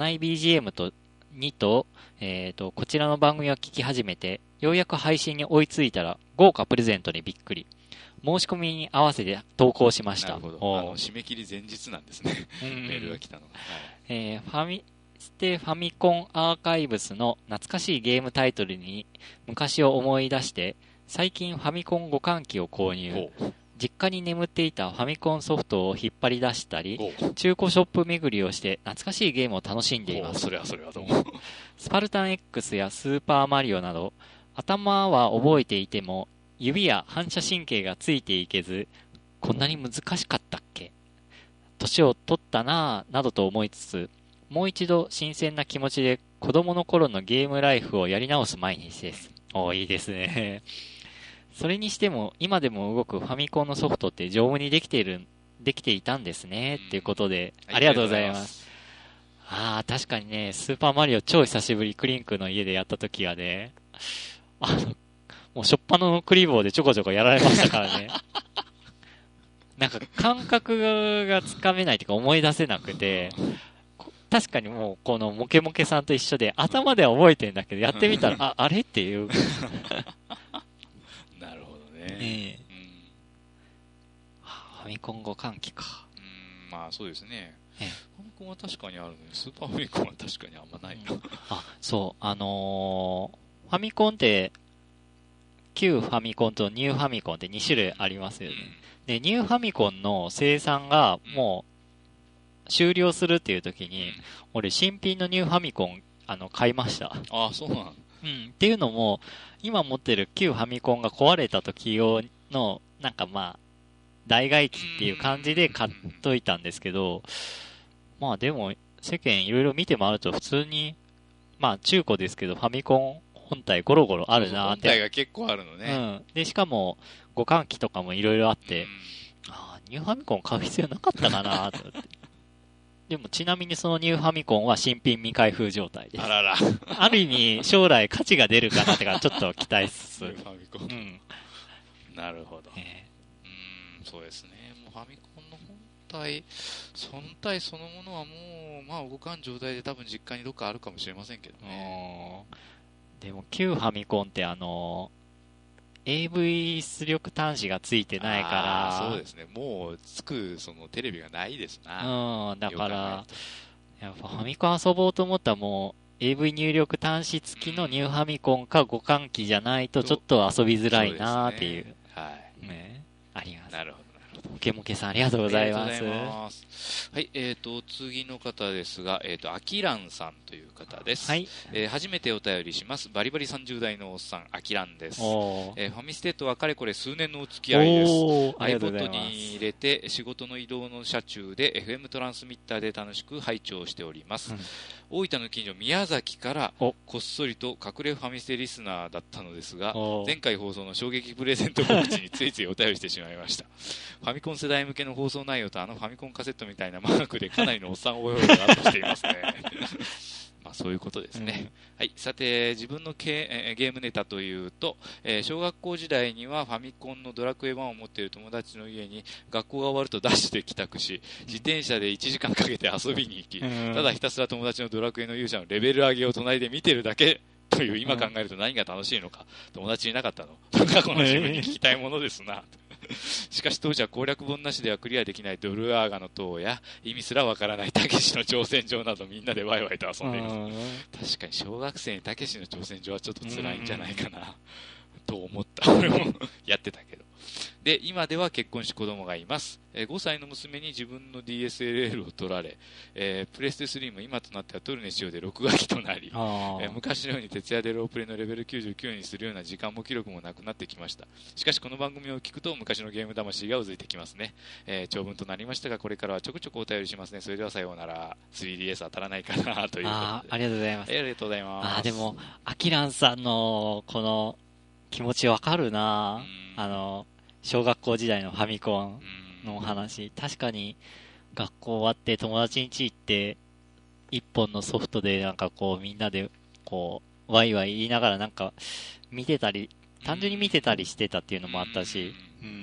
BGM 2と、こちらの番組を聞き始めて、ようやく配信に追いついたら、豪華プレゼントにびっくり。申し込みに合わせて投稿しました。 なるほど。締め切り前日なんですね。メールが来たのが。 ファミコンアーカイブスの懐かしいゲームタイトルに昔を思い出して、最近ファミコン互換機を購入。実家に眠っていたファミコンソフトを引っ張り出したり、中古ショップ巡りをして懐かしいゲームを楽しんでいます。 それはどうも。 スパルタン X やスーパーマリオなど、頭は覚えていても、指や反射神経がついていけず、こんなに難しかったっけ？年を取ったなぁ、などと思いつつ、もう一度新鮮な気持ちで子供の頃のゲームライフをやり直す毎日です。いいですね。それにしても、今でも動くファミコンのソフトって丈夫にできていたんですね。っていうことで、ありがとうございます。確かにね、スーパーマリオ超久しぶりクリンクの家でやった時はね、もうしょっぱなのクリボーでちょこちょこやられましたからね。なんか感覚がつかめないというか思い出せなくて、確かにもうこのモケモケさんと一緒で頭では覚えてるんだけど、やってみたら、あれっていう。 なるほどね。 ファミコン互換機か。 まあそうですね。ファミコンは確かにあるのに、スーパーファミコンは確かにあんまないな。 そう、ファミコンって、旧ファミコンとニューファミコンって2種類ありますよね。で、ニューファミコンの生産がもう終了するっていう時に、俺新品のニューファミコン買いました。 そうなの。 っていうのも、今持ってる旧ファミコンが壊れた時用の、なんかまあ、代替機っていう感じで買っといたんですけど、まあでも、世間いろいろ見て回ると普通に、まあ中古ですけど、ファミコン本体ゴロゴロあるなーって。 本体が結構あるのね。 で、しかも、互換機とかもいろいろあって、ニューファミコン買う必要なかったかなと思って。でもちなみにそのニューファミコンは新品未開封状態です。 あらら。 ある意味将来価値が出るかなってかちょっと期待する。 ニューファミコン。なるほど。そうですね。もうファミコンの本体そのものはもう、まあ動かん状態で多分実家にどっかあるかもしれませんけどね。 でも旧ファミコンってAV 出力端子がついてないから。 そうですね。もうつくそのテレビがないですな。 だから、やっぱファミコン遊ぼうと思ったらもう AV 入力端子付きのニューファミコンか互換機じゃないとちょっと遊びづらいなっていう。 はい。 ね。あります。 なるほど。 モケモケさんありがとうございます。 はい、次の方ですが、アキランさんという方です。 はい。 初めてお便りします。バリバリ30代のおっさん、アキランです。ファミステとはかれこれ数年のお付き合いです。iPod に入れて仕事の移動の車中で FM トランスミッターで楽しく拝聴しております。大分の近所宮崎からこっそりと隠れファミステリスナーだったのですが、前回放送の衝撃プレゼント告知についついお便りしてしまいました。ファミコン世代向けの放送内容とファミコンカセットみたいなマークでかなりのおっさん覚えがアップしていますね。まあそういうことですね。はい。さて、自分のゲームネタというと、小学校時代にはファミコンのドラクエ1を持っている友達の家に学校が終わるとダッシュで帰宅し、自転車で1時間かけて遊びに行き、ただひたすら友達のドラクエの勇者のレベル上げを隣で見てるだけという今考えると何が楽しいのか、友達いなかったのと過去の自分に聞きたいものですな。しかし当時は攻略本なしではクリアできないドルアーガの塔や意味すらわからないたけしの挑戦状などみんなでワイワイと遊んでいます。確かに小学生にたけしの挑戦状はちょっと辛いんじゃないかなと思った。俺もやってたけど。で、今では結婚し子供がいます。5歳の娘に自分の DSLR を取られ、プレステ3も今となってはトルネ仕様で録画機となり、昔のように徹夜でロープレのレベル99にするような時間も記録もなくなってきました。しかしこの番組を聞くと昔のゲーム魂がうずいてきますね。長文となりましたが、これからはちょくちょくお便りしますね。それではさようなら。3DS 当たらないかなということで。 ありがとうございます。 ありがとうございます。 でも、アキランさんのこの気持ちわかるな。小学校時代のファミコンの話、確かに学校終わって友達ん家行って一本のソフトでなんかこうみんなでこうワイワイ言いながらなんか見てたり単純に見てたりしてたっていうのもあったし、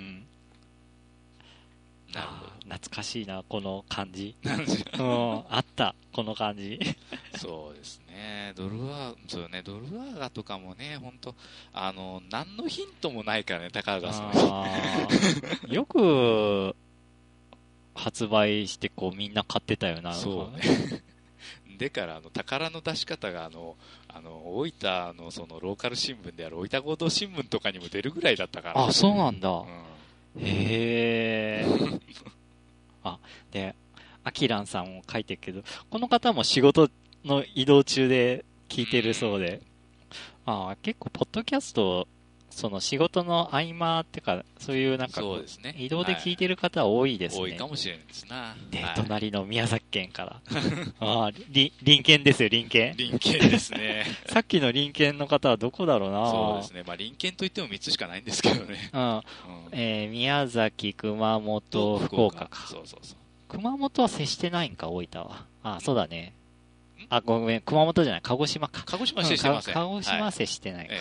なるほど。 懐かしいなこの感じ。あったこの感じ。 そうですね。ドルアーガとかもね、本当何のヒントもないからね、高橋さん。 よく発売してこうみんな買ってたよな。 そうね。でから宝の出し方が大分のそのローカル新聞である大分合同新聞とかにも出るぐらいだったから、ね。 そうなんだ。へー。で、アキランさんも書いてるけど、この方も仕事の移動中で聞いてるそうで、結構ポッドキャストその仕事の合間ってかそういうなんかそうですね、 移動で聞いてる方多いですね。 多いかもしれないですな。 で、隣の宮崎県から隣県ですよ。隣県ですね。 さっきの隣県の方はどこだろうな。 そうですね。隣県といっても3つしかないんですけどね。 宮崎、熊本、福岡か。 そう熊本は接してないんか、大分は。そうだね。ごめん、熊本じゃない、鹿児島か。 鹿児島は接してません。 鹿児島は接してないか。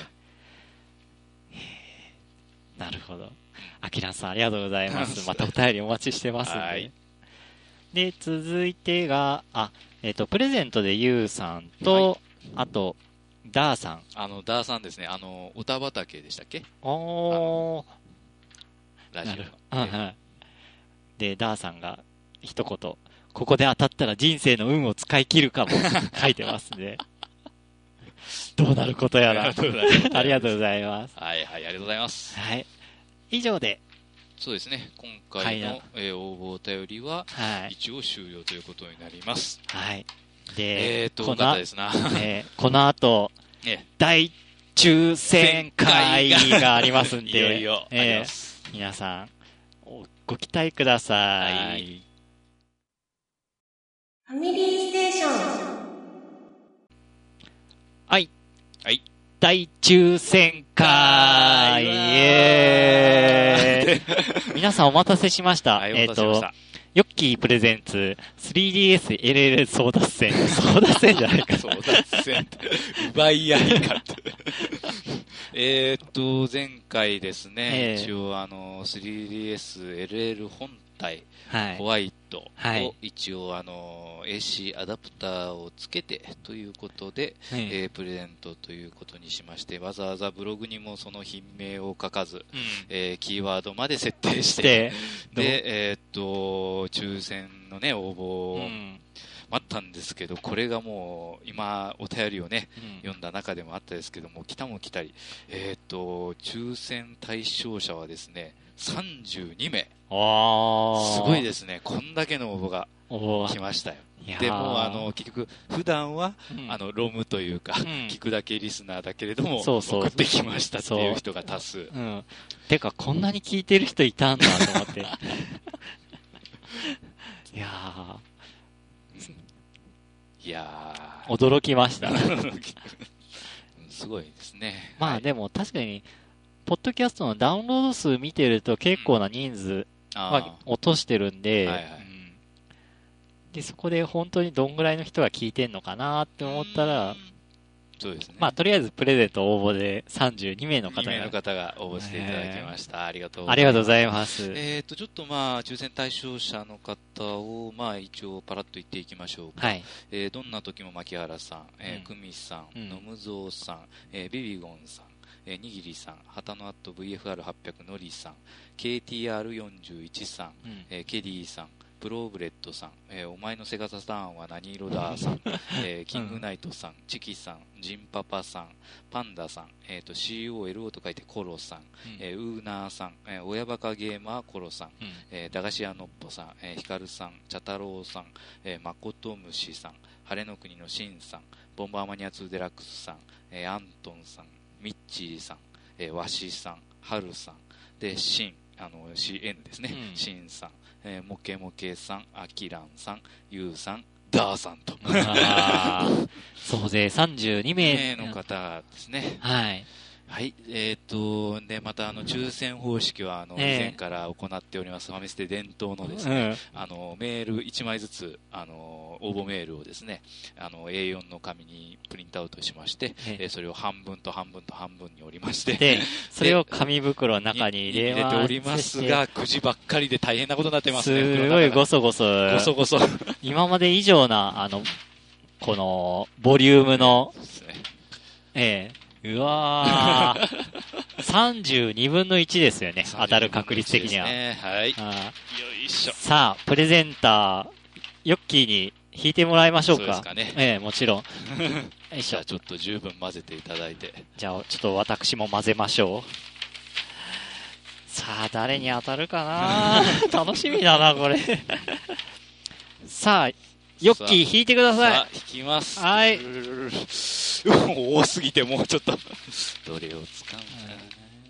なるほど。アキランさんありがとうございます。またお便りお待ちしてますんで。で、続いてが、プレゼントでユウさんと、あと、ダーさん。 ダーさんですね。おた畑でしたっけ？ラジオの。 で、ダーさんが一言、ここで当たったら人生の運を使い切るかも書いてますね。どうなることやら。ありがとうございます。 はい、ありがとうございます。 はい。以上で。 そうですね。今回の、応募お便りは、一応終了ということになります。 はい。 で、この後、 大抽選会がありますんで、 いよいよ皆さん、ご期待ください。はい、 ファミリーステーション。 はい。はい。大抽選会イエーイ皆さんお待たせしました。ヨッキープレゼンツ 3DS LL 争奪戦。争奪戦じゃないか。 争奪戦って。奪い合いかって。前回ですね、一応3DS LL 本体、ホワイトを一応AC アダプターをつけてということで、プレゼントということにしまして、わざわざブログにもその品名を書かず、キーワードまで設定して、で、抽選のね、応募を待ったんですけど、これがもう、今、お便りをね、読んだ中でもあったですけども、来たも来たり、抽選対象者はですね、32名。すごいですね。こんだけの応募が来ましたよ。でも結局普段は、ロムというか、聞くだけリスナーだけれども送ってきましたっていう人が多数。 てかこんなに聞いてる人いたんだと思って。いやー驚きました。 すごいですね。 まあでも確かにポッドキャストのダウンロード数見てると結構な人数落としてるんで、でそこで本当にどんぐらいの人が聞いてんのかなって思ったら、 そうですね。 まあとりあえずプレゼント応募で32名の方が応募していただきました。ありがとうございます。 ちょっと抽選対象者の方を一応パラッと言っていきましょうか。どんな時も牧原さん、久美さん、野無蔵さん、ビビゴンさん、にぎりさん、はたのあと VFR800 のりさん、KTR41 さん、ケリーさん、プローブレッドさん、お前のセガサターンは何色ださん、キングナイトさん、チキさん、ジンパパさん、パンダさん、COLO と書いてコロさん、ウーナーさん、親バカゲーマーコロさん、駄菓子屋のっぽさん、ヒカルさん、チャタロウさん、マコトムシさん、晴れの国のシンさん、ボンバーマニア2デラックスさん、アントンさん、ミッチーさん、ワシさん、ハルさん、で、シン、CN ですね、シンさん、モケモケさん、アキランさん、ユウさん、ダーさんと。 総勢32名の方ですね。 はい。 はい。で、また、抽選方式は、以前から行っております、ファミステ伝統のですね、メール1枚ずつ、応募メールをですね、A4 の紙にプリントアウトしまして、それを半分と半分と半分に折りまして、 で、それを紙袋の中に入れておりますが、くじばっかりで大変なことになってますね。 すごいごそごそ。 ごそごそ。 今まで以上な、この、ボリュームの、うわー。32分の1ですよね。当たる確率的には。 はい。よいしょ。 さあ、プレゼンター、ヨッキーに弾いてもらいましょうか。 そうですかね。 もちろん。 じゃあちょっと十分混ぜていただいて。 じゃあ、ちょっと私も混ぜましょう。さあ、誰に当たるかな楽しみだな、これ。さあ、ヨッキー弾いてください。 さあ、弾きます。 はい。 多すぎてもうちょっとどれを使うかな。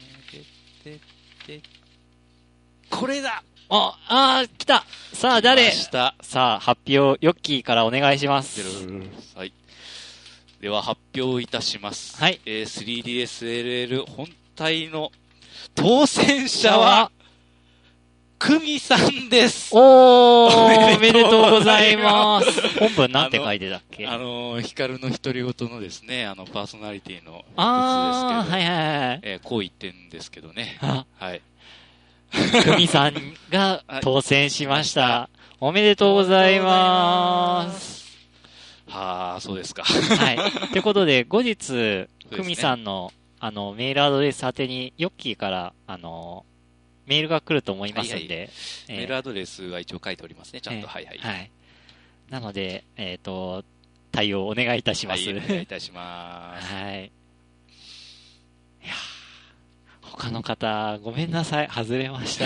これだ。来た。さあ、誰？さあ、発表、ヨッキーからお願いします。 はい。では、発表いたします。 はい。 3DSLL 本体の当選者は、久美さんです。 おめでとうございます。本文なんて書いてたっけ？ ヒカルの独り言のですね、パーソナリティの一つですけど。はいはいはい。 こう言ってんですけどね。はい。 久美さんが当選しました。おめでとうございます。 そうですか。 はい。ということで、後日、久美さんの、メールアドレス宛てに、ヨッキーから、メールが来ると思いますんで。 メールアドレスは一応書いておりますね、ちゃんと。はいはい。 はい。なので、対応お願いいたします。 お願いいたします。 はい。いや他の方、ごめんなさい。外れました。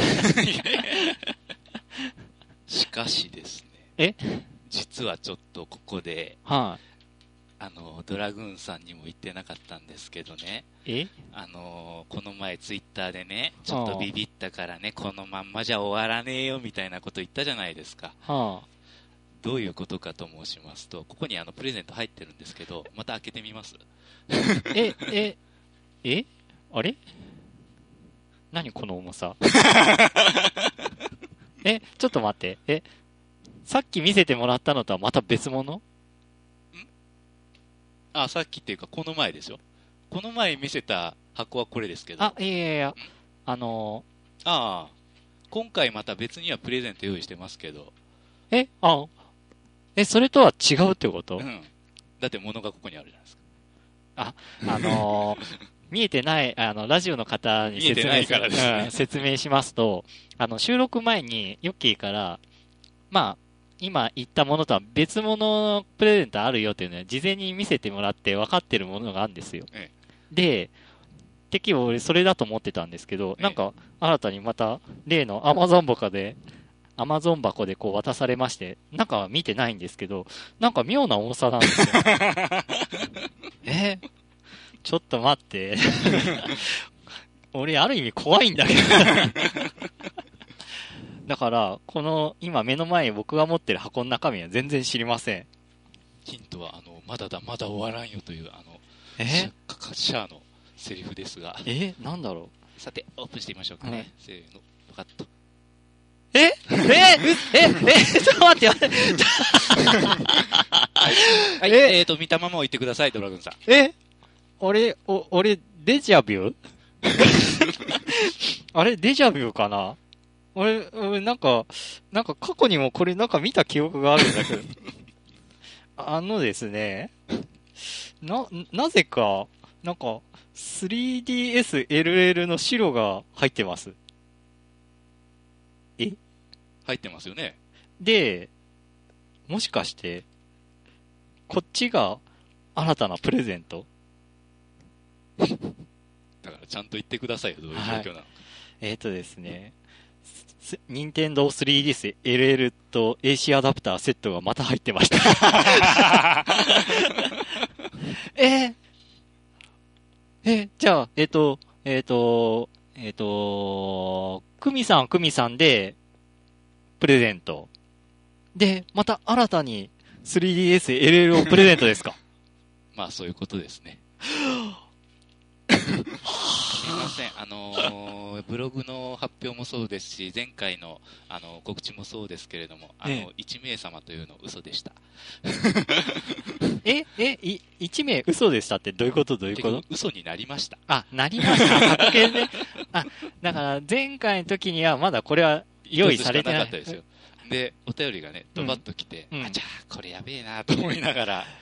しかしですね。 実はちょっとここで、 ドラグーンさんにも言ってなかったんですけどね。この前ツイッターでね、ちょっとビビったからね、このまんまじゃ終わらねえよみたいなこと言ったじゃないですか。どういうことかと申しますと、ここにプレゼント入ってるんですけど、また開けてみます？ あれ何この重さちょっと待って。さっき見せてもらったのとはまた別物？ さっきっていうか、この前ですよ。この前見せた箱はこれですけど。今回また別にはプレゼント用意してますけど。 それとは違うってこと？ だって物がここにあるじゃないですか。見えてない、ラジオの方に説明しますと、収録前にヨッキーから、今言ったものとは別物のプレゼントあるよっていうのは事前に見せてもらって分かってるものがあるんですよ。で、てっきり俺それだと思ってたんですけど、なんか新たにまた例のアマゾン箱でこう渡されまして、なんか見てないんですけど、なんか妙な重さなんですよ。ちょっと待って。俺ある意味怖いんだけど。だから、この、今目の前に僕が持ってる箱の中身は全然知りません。 ヒントは、まだ終わらんよという、シャアのセリフですが。 なんだろう。さて、オープンしてみましょうかね。せーの、パカッと。 ちょっと待って。 はい、見たまま置いてください、ドラグーンさん。 俺、デジャビュあれ、デジャビューかな？俺、なんか過去にもこれなんか見た記憶があるんだけど。ですね、なぜか、なんか、3DS LL の白が入ってます。 入ってますよね。 で、もしかして、こっちが新たなプレゼント？ だからちゃんと言ってくださいよ、どういう状況なのか。 ですね、任天堂 3DS LL と AC アダプターセットがまた入ってました。じゃあ、クミさんで、プレゼント。で、また新たに 3DS LL をプレゼントですか？ そういうことですね。すみません。ブログの発表もそうですし、前回の告知もそうですけれども、1名様というの嘘でした。 1名嘘でしたってどういうこと嘘になりました。 なりました。確定ね。だから前回の時にはまだこれは用意されてない。 なかったですよ。で、お便りがね、ドバッと来て、じゃあ、これやべえなと思いながら。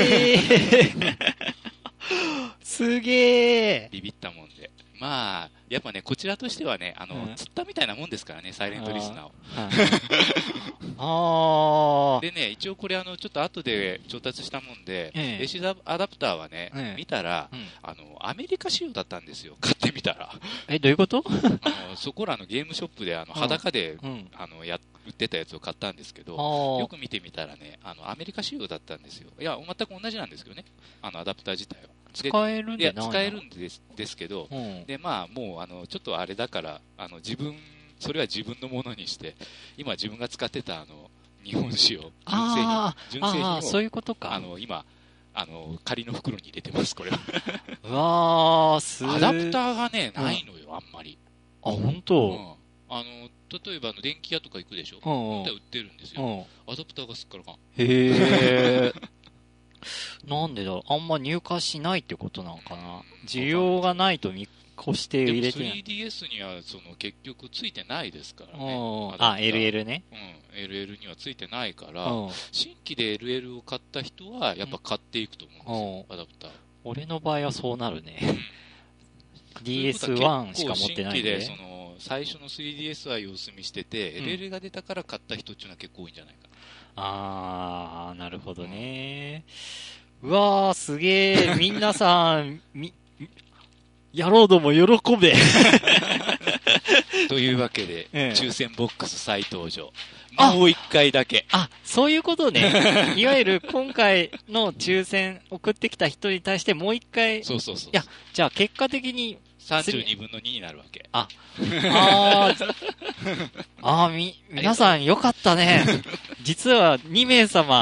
すげー。 ビビったもんで。やっぱね、こちらとしてはね、釣ったみたいなもんですからね、サイレントリスナーを。でね、一応これちょっと後で調達したもんで、AC アダプターはね、見たら、アメリカ仕様だったんですよ、買ってみたら。 どういうこと？ そこらのゲームショップで、裸で、売ってたやつを買ったんですけど、よく見てみたらね、アメリカ仕様だったんですよ。いや、全く同じなんですけどね、アダプター自体は。 使えるんで使えるんですけど、で、もう、ちょっとあれだから、それは自分のものにして、今自分が使ってた、日本仕様、純正品を、 そういうことか。 今、仮の袋に入れてます、これは。 アダプターがね、ないのよ、あんまり。 本当？ 例えば電気屋とか行くでしょ。売ってるんですよ。アダプターがすっからかん。 へー。なんでだろう、あんま入荷しないってことなのかな。需要がないと見越して入れてない。 3DS には結局ついてないですからね。 LL ね。 LL にはついてないから、新規で LL を買った人はやっぱ買っていくと思うんですよ、アダプター。 俺の場合はそうなるね。DS1 しか持ってないんで。 新規で最初の 3DS は様子見してて、LL が出たから買った人っていうのは結構多いんじゃないかな。 なるほどね。うわー、すげー。みんなさん、野郎ども喜べ。 とというわけで、抽選ボックス再登場。もう一回だけ。 そういうことね。いわゆる今回の抽選送ってきた人に対してもう一回。 そう。いや、じゃあ結果的に。 32分の2になるわけ。 皆さんよかったね。実は2名様、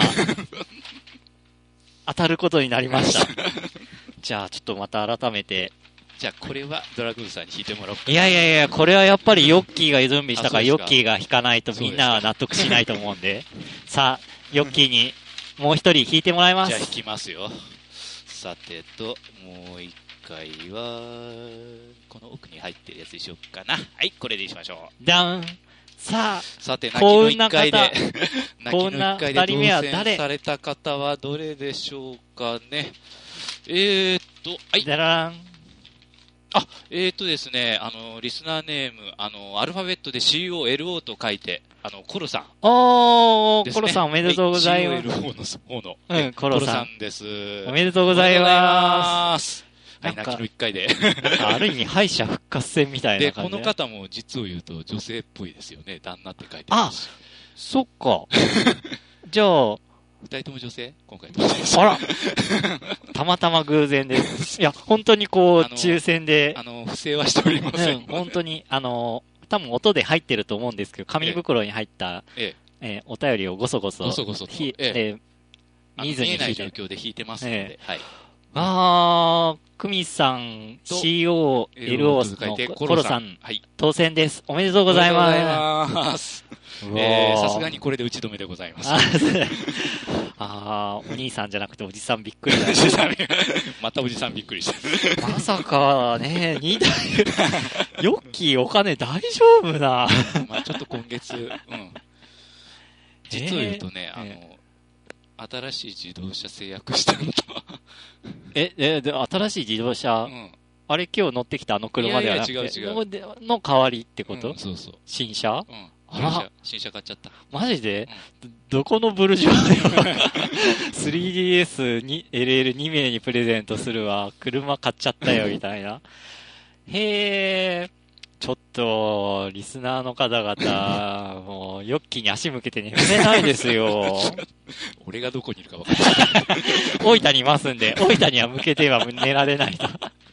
当たることになりました。じゃあちょっとまた改めて。 じゃあこれはドラグーンさんに弾いてもらおうかな。 いや、これはやっぱりヨッキーが準備したからヨッキーが弾かないとみんなは納得しないと思うんで。さあ、ヨッキーにもう一人弾いてもらいます。 じゃあ弾きますよ。さてと、もう一回は、この奥に入ってるやつにしようかな。はい、これでしましょう。 ダウン。さて、泣きの一回で、 こんな二人目は誰？ された方はどれでしょうかね。はい。 ダラン。 ですね、リスナーネーム、アルファベットで COLO と書いて、コロさん。 コロさんおめでとうございます。 COLO のコロさんです。 おめでとうございます。 はい、泣きの一回で。 ある意味敗者復活戦みたいな感じで。この方も実を言うと女性っぽいですよね。旦那って書いてますし。 そっか。じゃあ、 二人とも女性今回。 あらたまたま偶然です。いや、本当に抽選で。 不正はしておりません。 本当に、多分音で入ってると思うんですけど、紙袋に入った、お便りをごそごそ。 見えない状況で弾いてますので。はい。 クミさん、COLO のコロさん、当選です。おめでとうございます。 さすがにこれで打ち止めでございます。 お兄さんじゃなくておじさんびっくりだ。 またおじさんびっくりした。 まさかね、ヨッキーお金大丈夫な。 ちょっと今月、実を言うとね、新しい自動車制約したのと。 新しい自動車、あれ今日乗ってきた車ではなくて、 違うの代わりってこと？ そうそう。 新車？ 新車買っちゃった。 マジで？どこのブルジョワで 3DS LL2 名にプレゼントするわ。車買っちゃったよ、みたいな。へー。ちょっと、リスナーの方々、もう、ヨッキーに足向けて眠れないですよ。 俺がどこにいるか分からない。 大分にいますんで、大分には向けては寝られないと。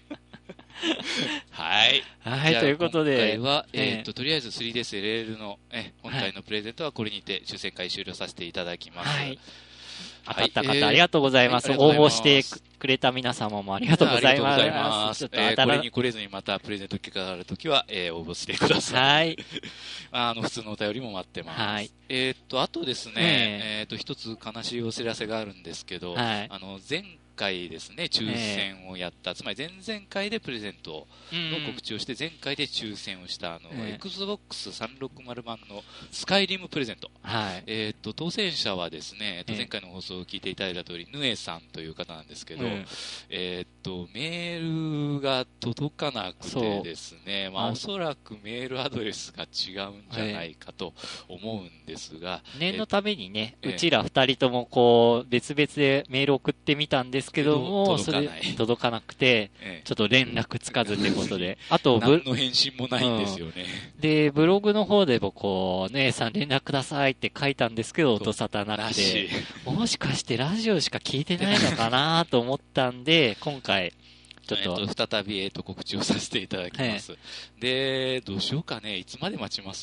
はい。 はい、ということで。 今回は、とりあえず 3DS LL の、本体のプレゼントはこれにて抽選会終了させていただきます。はい。 当たった方、ありがとうございます。応募してくれた皆様もありがとうございます。ありがとうございます。 これに来れずにまたプレゼント結果があるときは、応募してください。はい。普通のお便りも待ってます。はい。あとですね、一つ悲しいお知らせがあるんですけど、前回ですね、抽選をやった、つまり前々回でプレゼントの告知をして、前回で抽選をした、Xbox 360版のスカイリムプレゼント。はい。当選者はですね、前回の放送を聞いていただいた通り、ヌエさんという方なんですけど、メールが届かなくてですね、おそらくメールアドレスが違うんじゃないかと思うんですが、 念のためにね、うちら二人とも別々でメール送ってみたんですけども、届かなくて、ちょっと連絡つかずってことで。あと、 何の返信もないんですよね。 で、ブログの方でも姉さん連絡くださいって書いたんですけど、音沙汰なくて、もしかしてラジオしか聞いてないのかなと思ったんで、今回、ちょっと。 再び、告知をさせていただきます。で、どうしようかね。いつまで待ちます？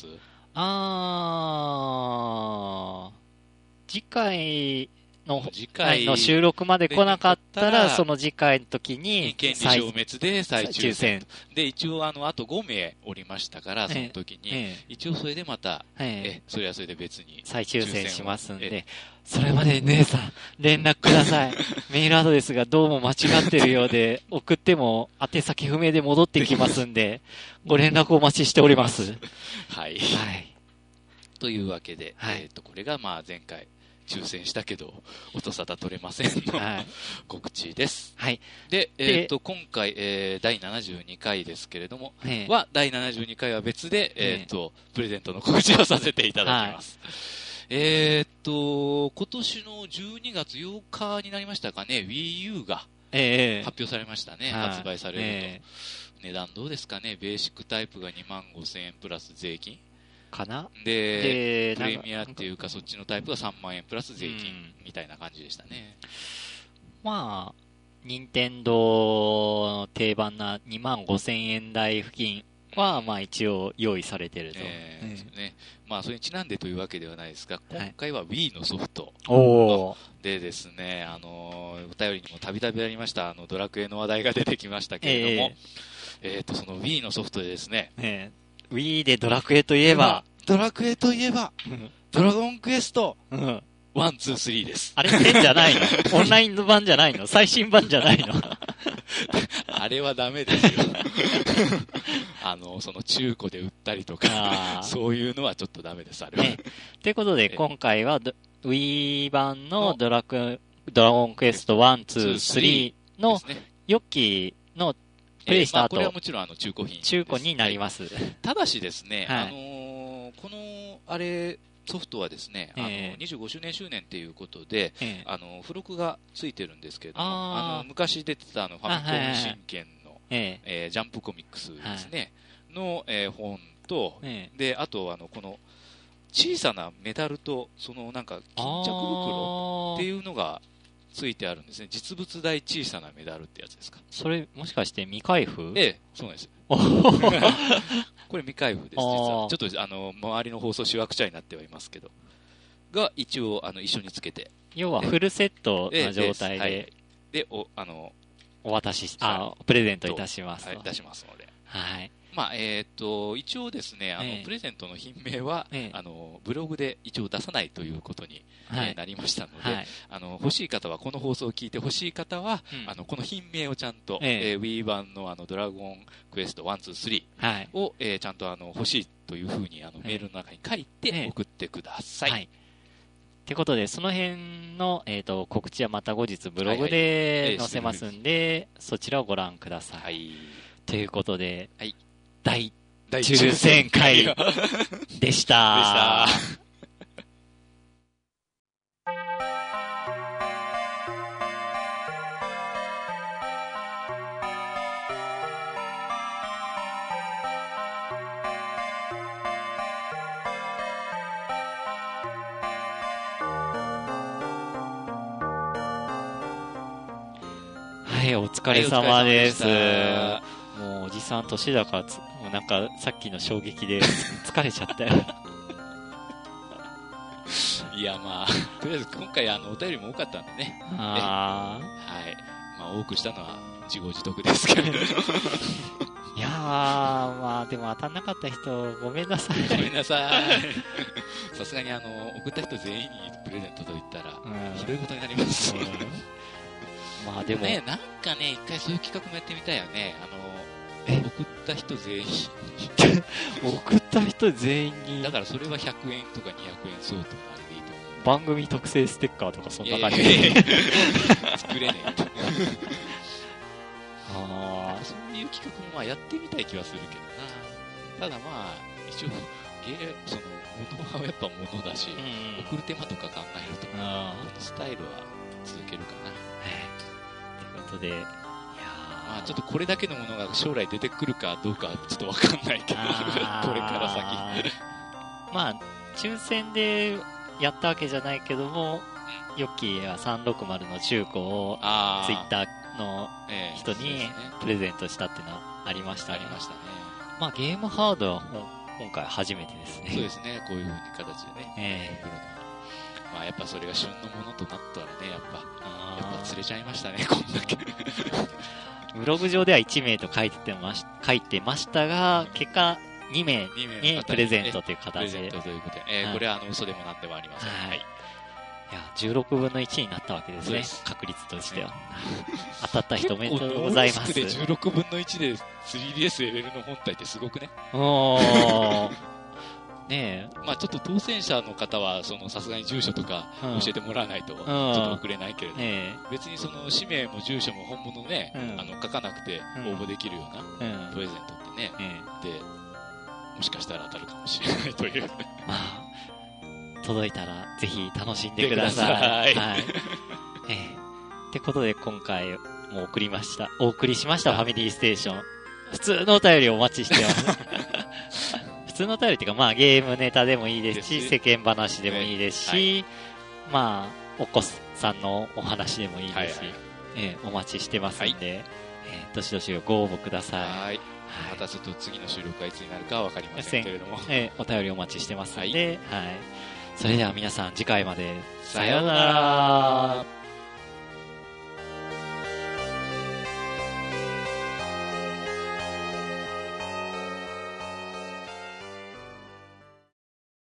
次回の収録まで来なかったら、その次回の時に、 権利消滅で再抽選。で、一応あと5名おりましたから、その時に、一応それでまた、それはそれで別に。 再抽選しますんで、それまで姉さん、連絡ください。メールアドレスがどうも間違ってるようで、送っても宛先不明で戻ってきますんで、ご連絡お待ちしております。 はい。というわけで、これが前回、抽選したけど、音沙汰取れませんの、告知です。はい。で、今回、第72回ですけれども、第72回は別で、プレゼントの告知をさせていただきます。今年の12月8日になりましたかね、Wii U が発表されましたね、発売されると。 値段どうですかね。ベーシックタイプが25,000円プラス税金かな。 でプレミアっていうかそっちのタイプが3万円プラス税金みたいな感じでしたね。 まあ任天堂の定番な25,000円台付近はまあ一応用意されてると、 ですね。まあそれにちなんでというわけではないですが、今回は Wii のソフト、でですね、お便りにもたびたびありましたドラクエの話題が出てきましたけれども、その Wii のソフトでですね、 Wii でドラクエといえばドラゴンクエスト、1、2、3です。 あれ10じゃないの？オンライン版じゃないの？最新版じゃないの？ あれはダメですよ。その中古で売ったりとか、そういうのはちょっとダメです、あれは。 ということで、今回はWii 版のドラゴンクエスト1、2、3のヨッキーのプレイした後、 これはもちろん中古品。 中古になります。 ただしですね、この、ソフトはですね、25周年っていうことで、付録がついてるんですけれども、昔出てたファミコン神剣の、ジャンプコミックスですね、の、本と、で、あとこの小さなメダルと、そのなんか巾着袋っていうのがついてあるんですね。実物大小さなメダルってやつですか。 それ、もしかして未開封？ そうなんです。これ未開封です、実は。ちょっと周りの放送しわくちゃになってはいますけど。が、一応、一緒につけて。 要はフルセットの状態で。 で、お渡し、プレゼントいたします。 出しますので。 はい。 まあ、一応ですね、プレゼントの品名は、ブログで一応出さないということに、なりましたので、欲しい方は、この放送を聞いて欲しい方は、この品名をちゃんと、Wii 版のドラゴンクエスト1、2、3を、ちゃんと欲しいというふうにメールの中に書いて送ってください。 ということで、その辺の、告知はまた後日ブログで載せますんで、そちらをご覧ください。ということで、大抽選会でした。はい、お疲れ様です。もうおじさん年だからもうなんかさっきの衝撃で疲れちゃったよ。 いやまあとりあえず今回お便りも多かったんでね。はい。まあ多くしたのは自業自得ですけど。いやまあでも当たんなかった人ごめんなさい。 ごめんなさい。さすがに送った人全員にプレゼントと言ったらひどいことになります。 まあでもね、なんかね、一回そういう企画もやってみたいよね。送った人全員送った人全員に。 だからそれは100円とか200円相当のあれでいいと思う。 番組特製ステッカーとかそんな感じで作れねえと。そういう企画もまあやってみたい気はするけどな。ただまあ一応その物はやっぱ物だし、送る手間とか考えるとスタイルは続けるかな。 ということで、 まあちょっとこれだけのものが将来出てくるかどうかちょっとわかんないけど、これから先。まあ抽選でやったわけじゃないけども、ヨッキーは360の中古をツイッターの人にプレゼントしたっていうのはありましたね。 ありましたね。 まあゲームハードは今回初めてですね。 そうですね、こういう風に形でね。まあやっぱそれが旬のものとなったらね、やっぱ釣れちゃいましたね、こんだけ。 ブログ上では1名と書いてましたが、結果2名にプレゼントという形で。 プレゼントということで、これは嘘でもなんでもありません。はい。 いや、16分の1になったわけですね、確率としては。当たった人おめでとうございます。 で16分の1で 3DS レベルの本体ってすごくね。ねえ。まあちょっと当選者の方は、さすがに住所とか教えてもらわないと、ちょっと送れないけれども、別に氏名も住所も本物ね、書かなくて応募できるようなプレゼントってね、で、もしかしたら当たるかもしれないという。 まあ、届いたらぜひ楽しんでください。はい。ってことで今回もお送りしましたファミリーステーション。 普通のお便りをお待ちしてます。普通のお便りっていうか、まあゲームネタでもいいですし、世間話でもいいですし、まあ、お子さんのお話でもいいですし、お待ちしてますんで、どしどしご応募ください。はい。 またちょっと次の収録がいつになるかはわかりませんけれども。 お便りお待ちしてますんで、はい。それでは皆さん次回まで。さようなら。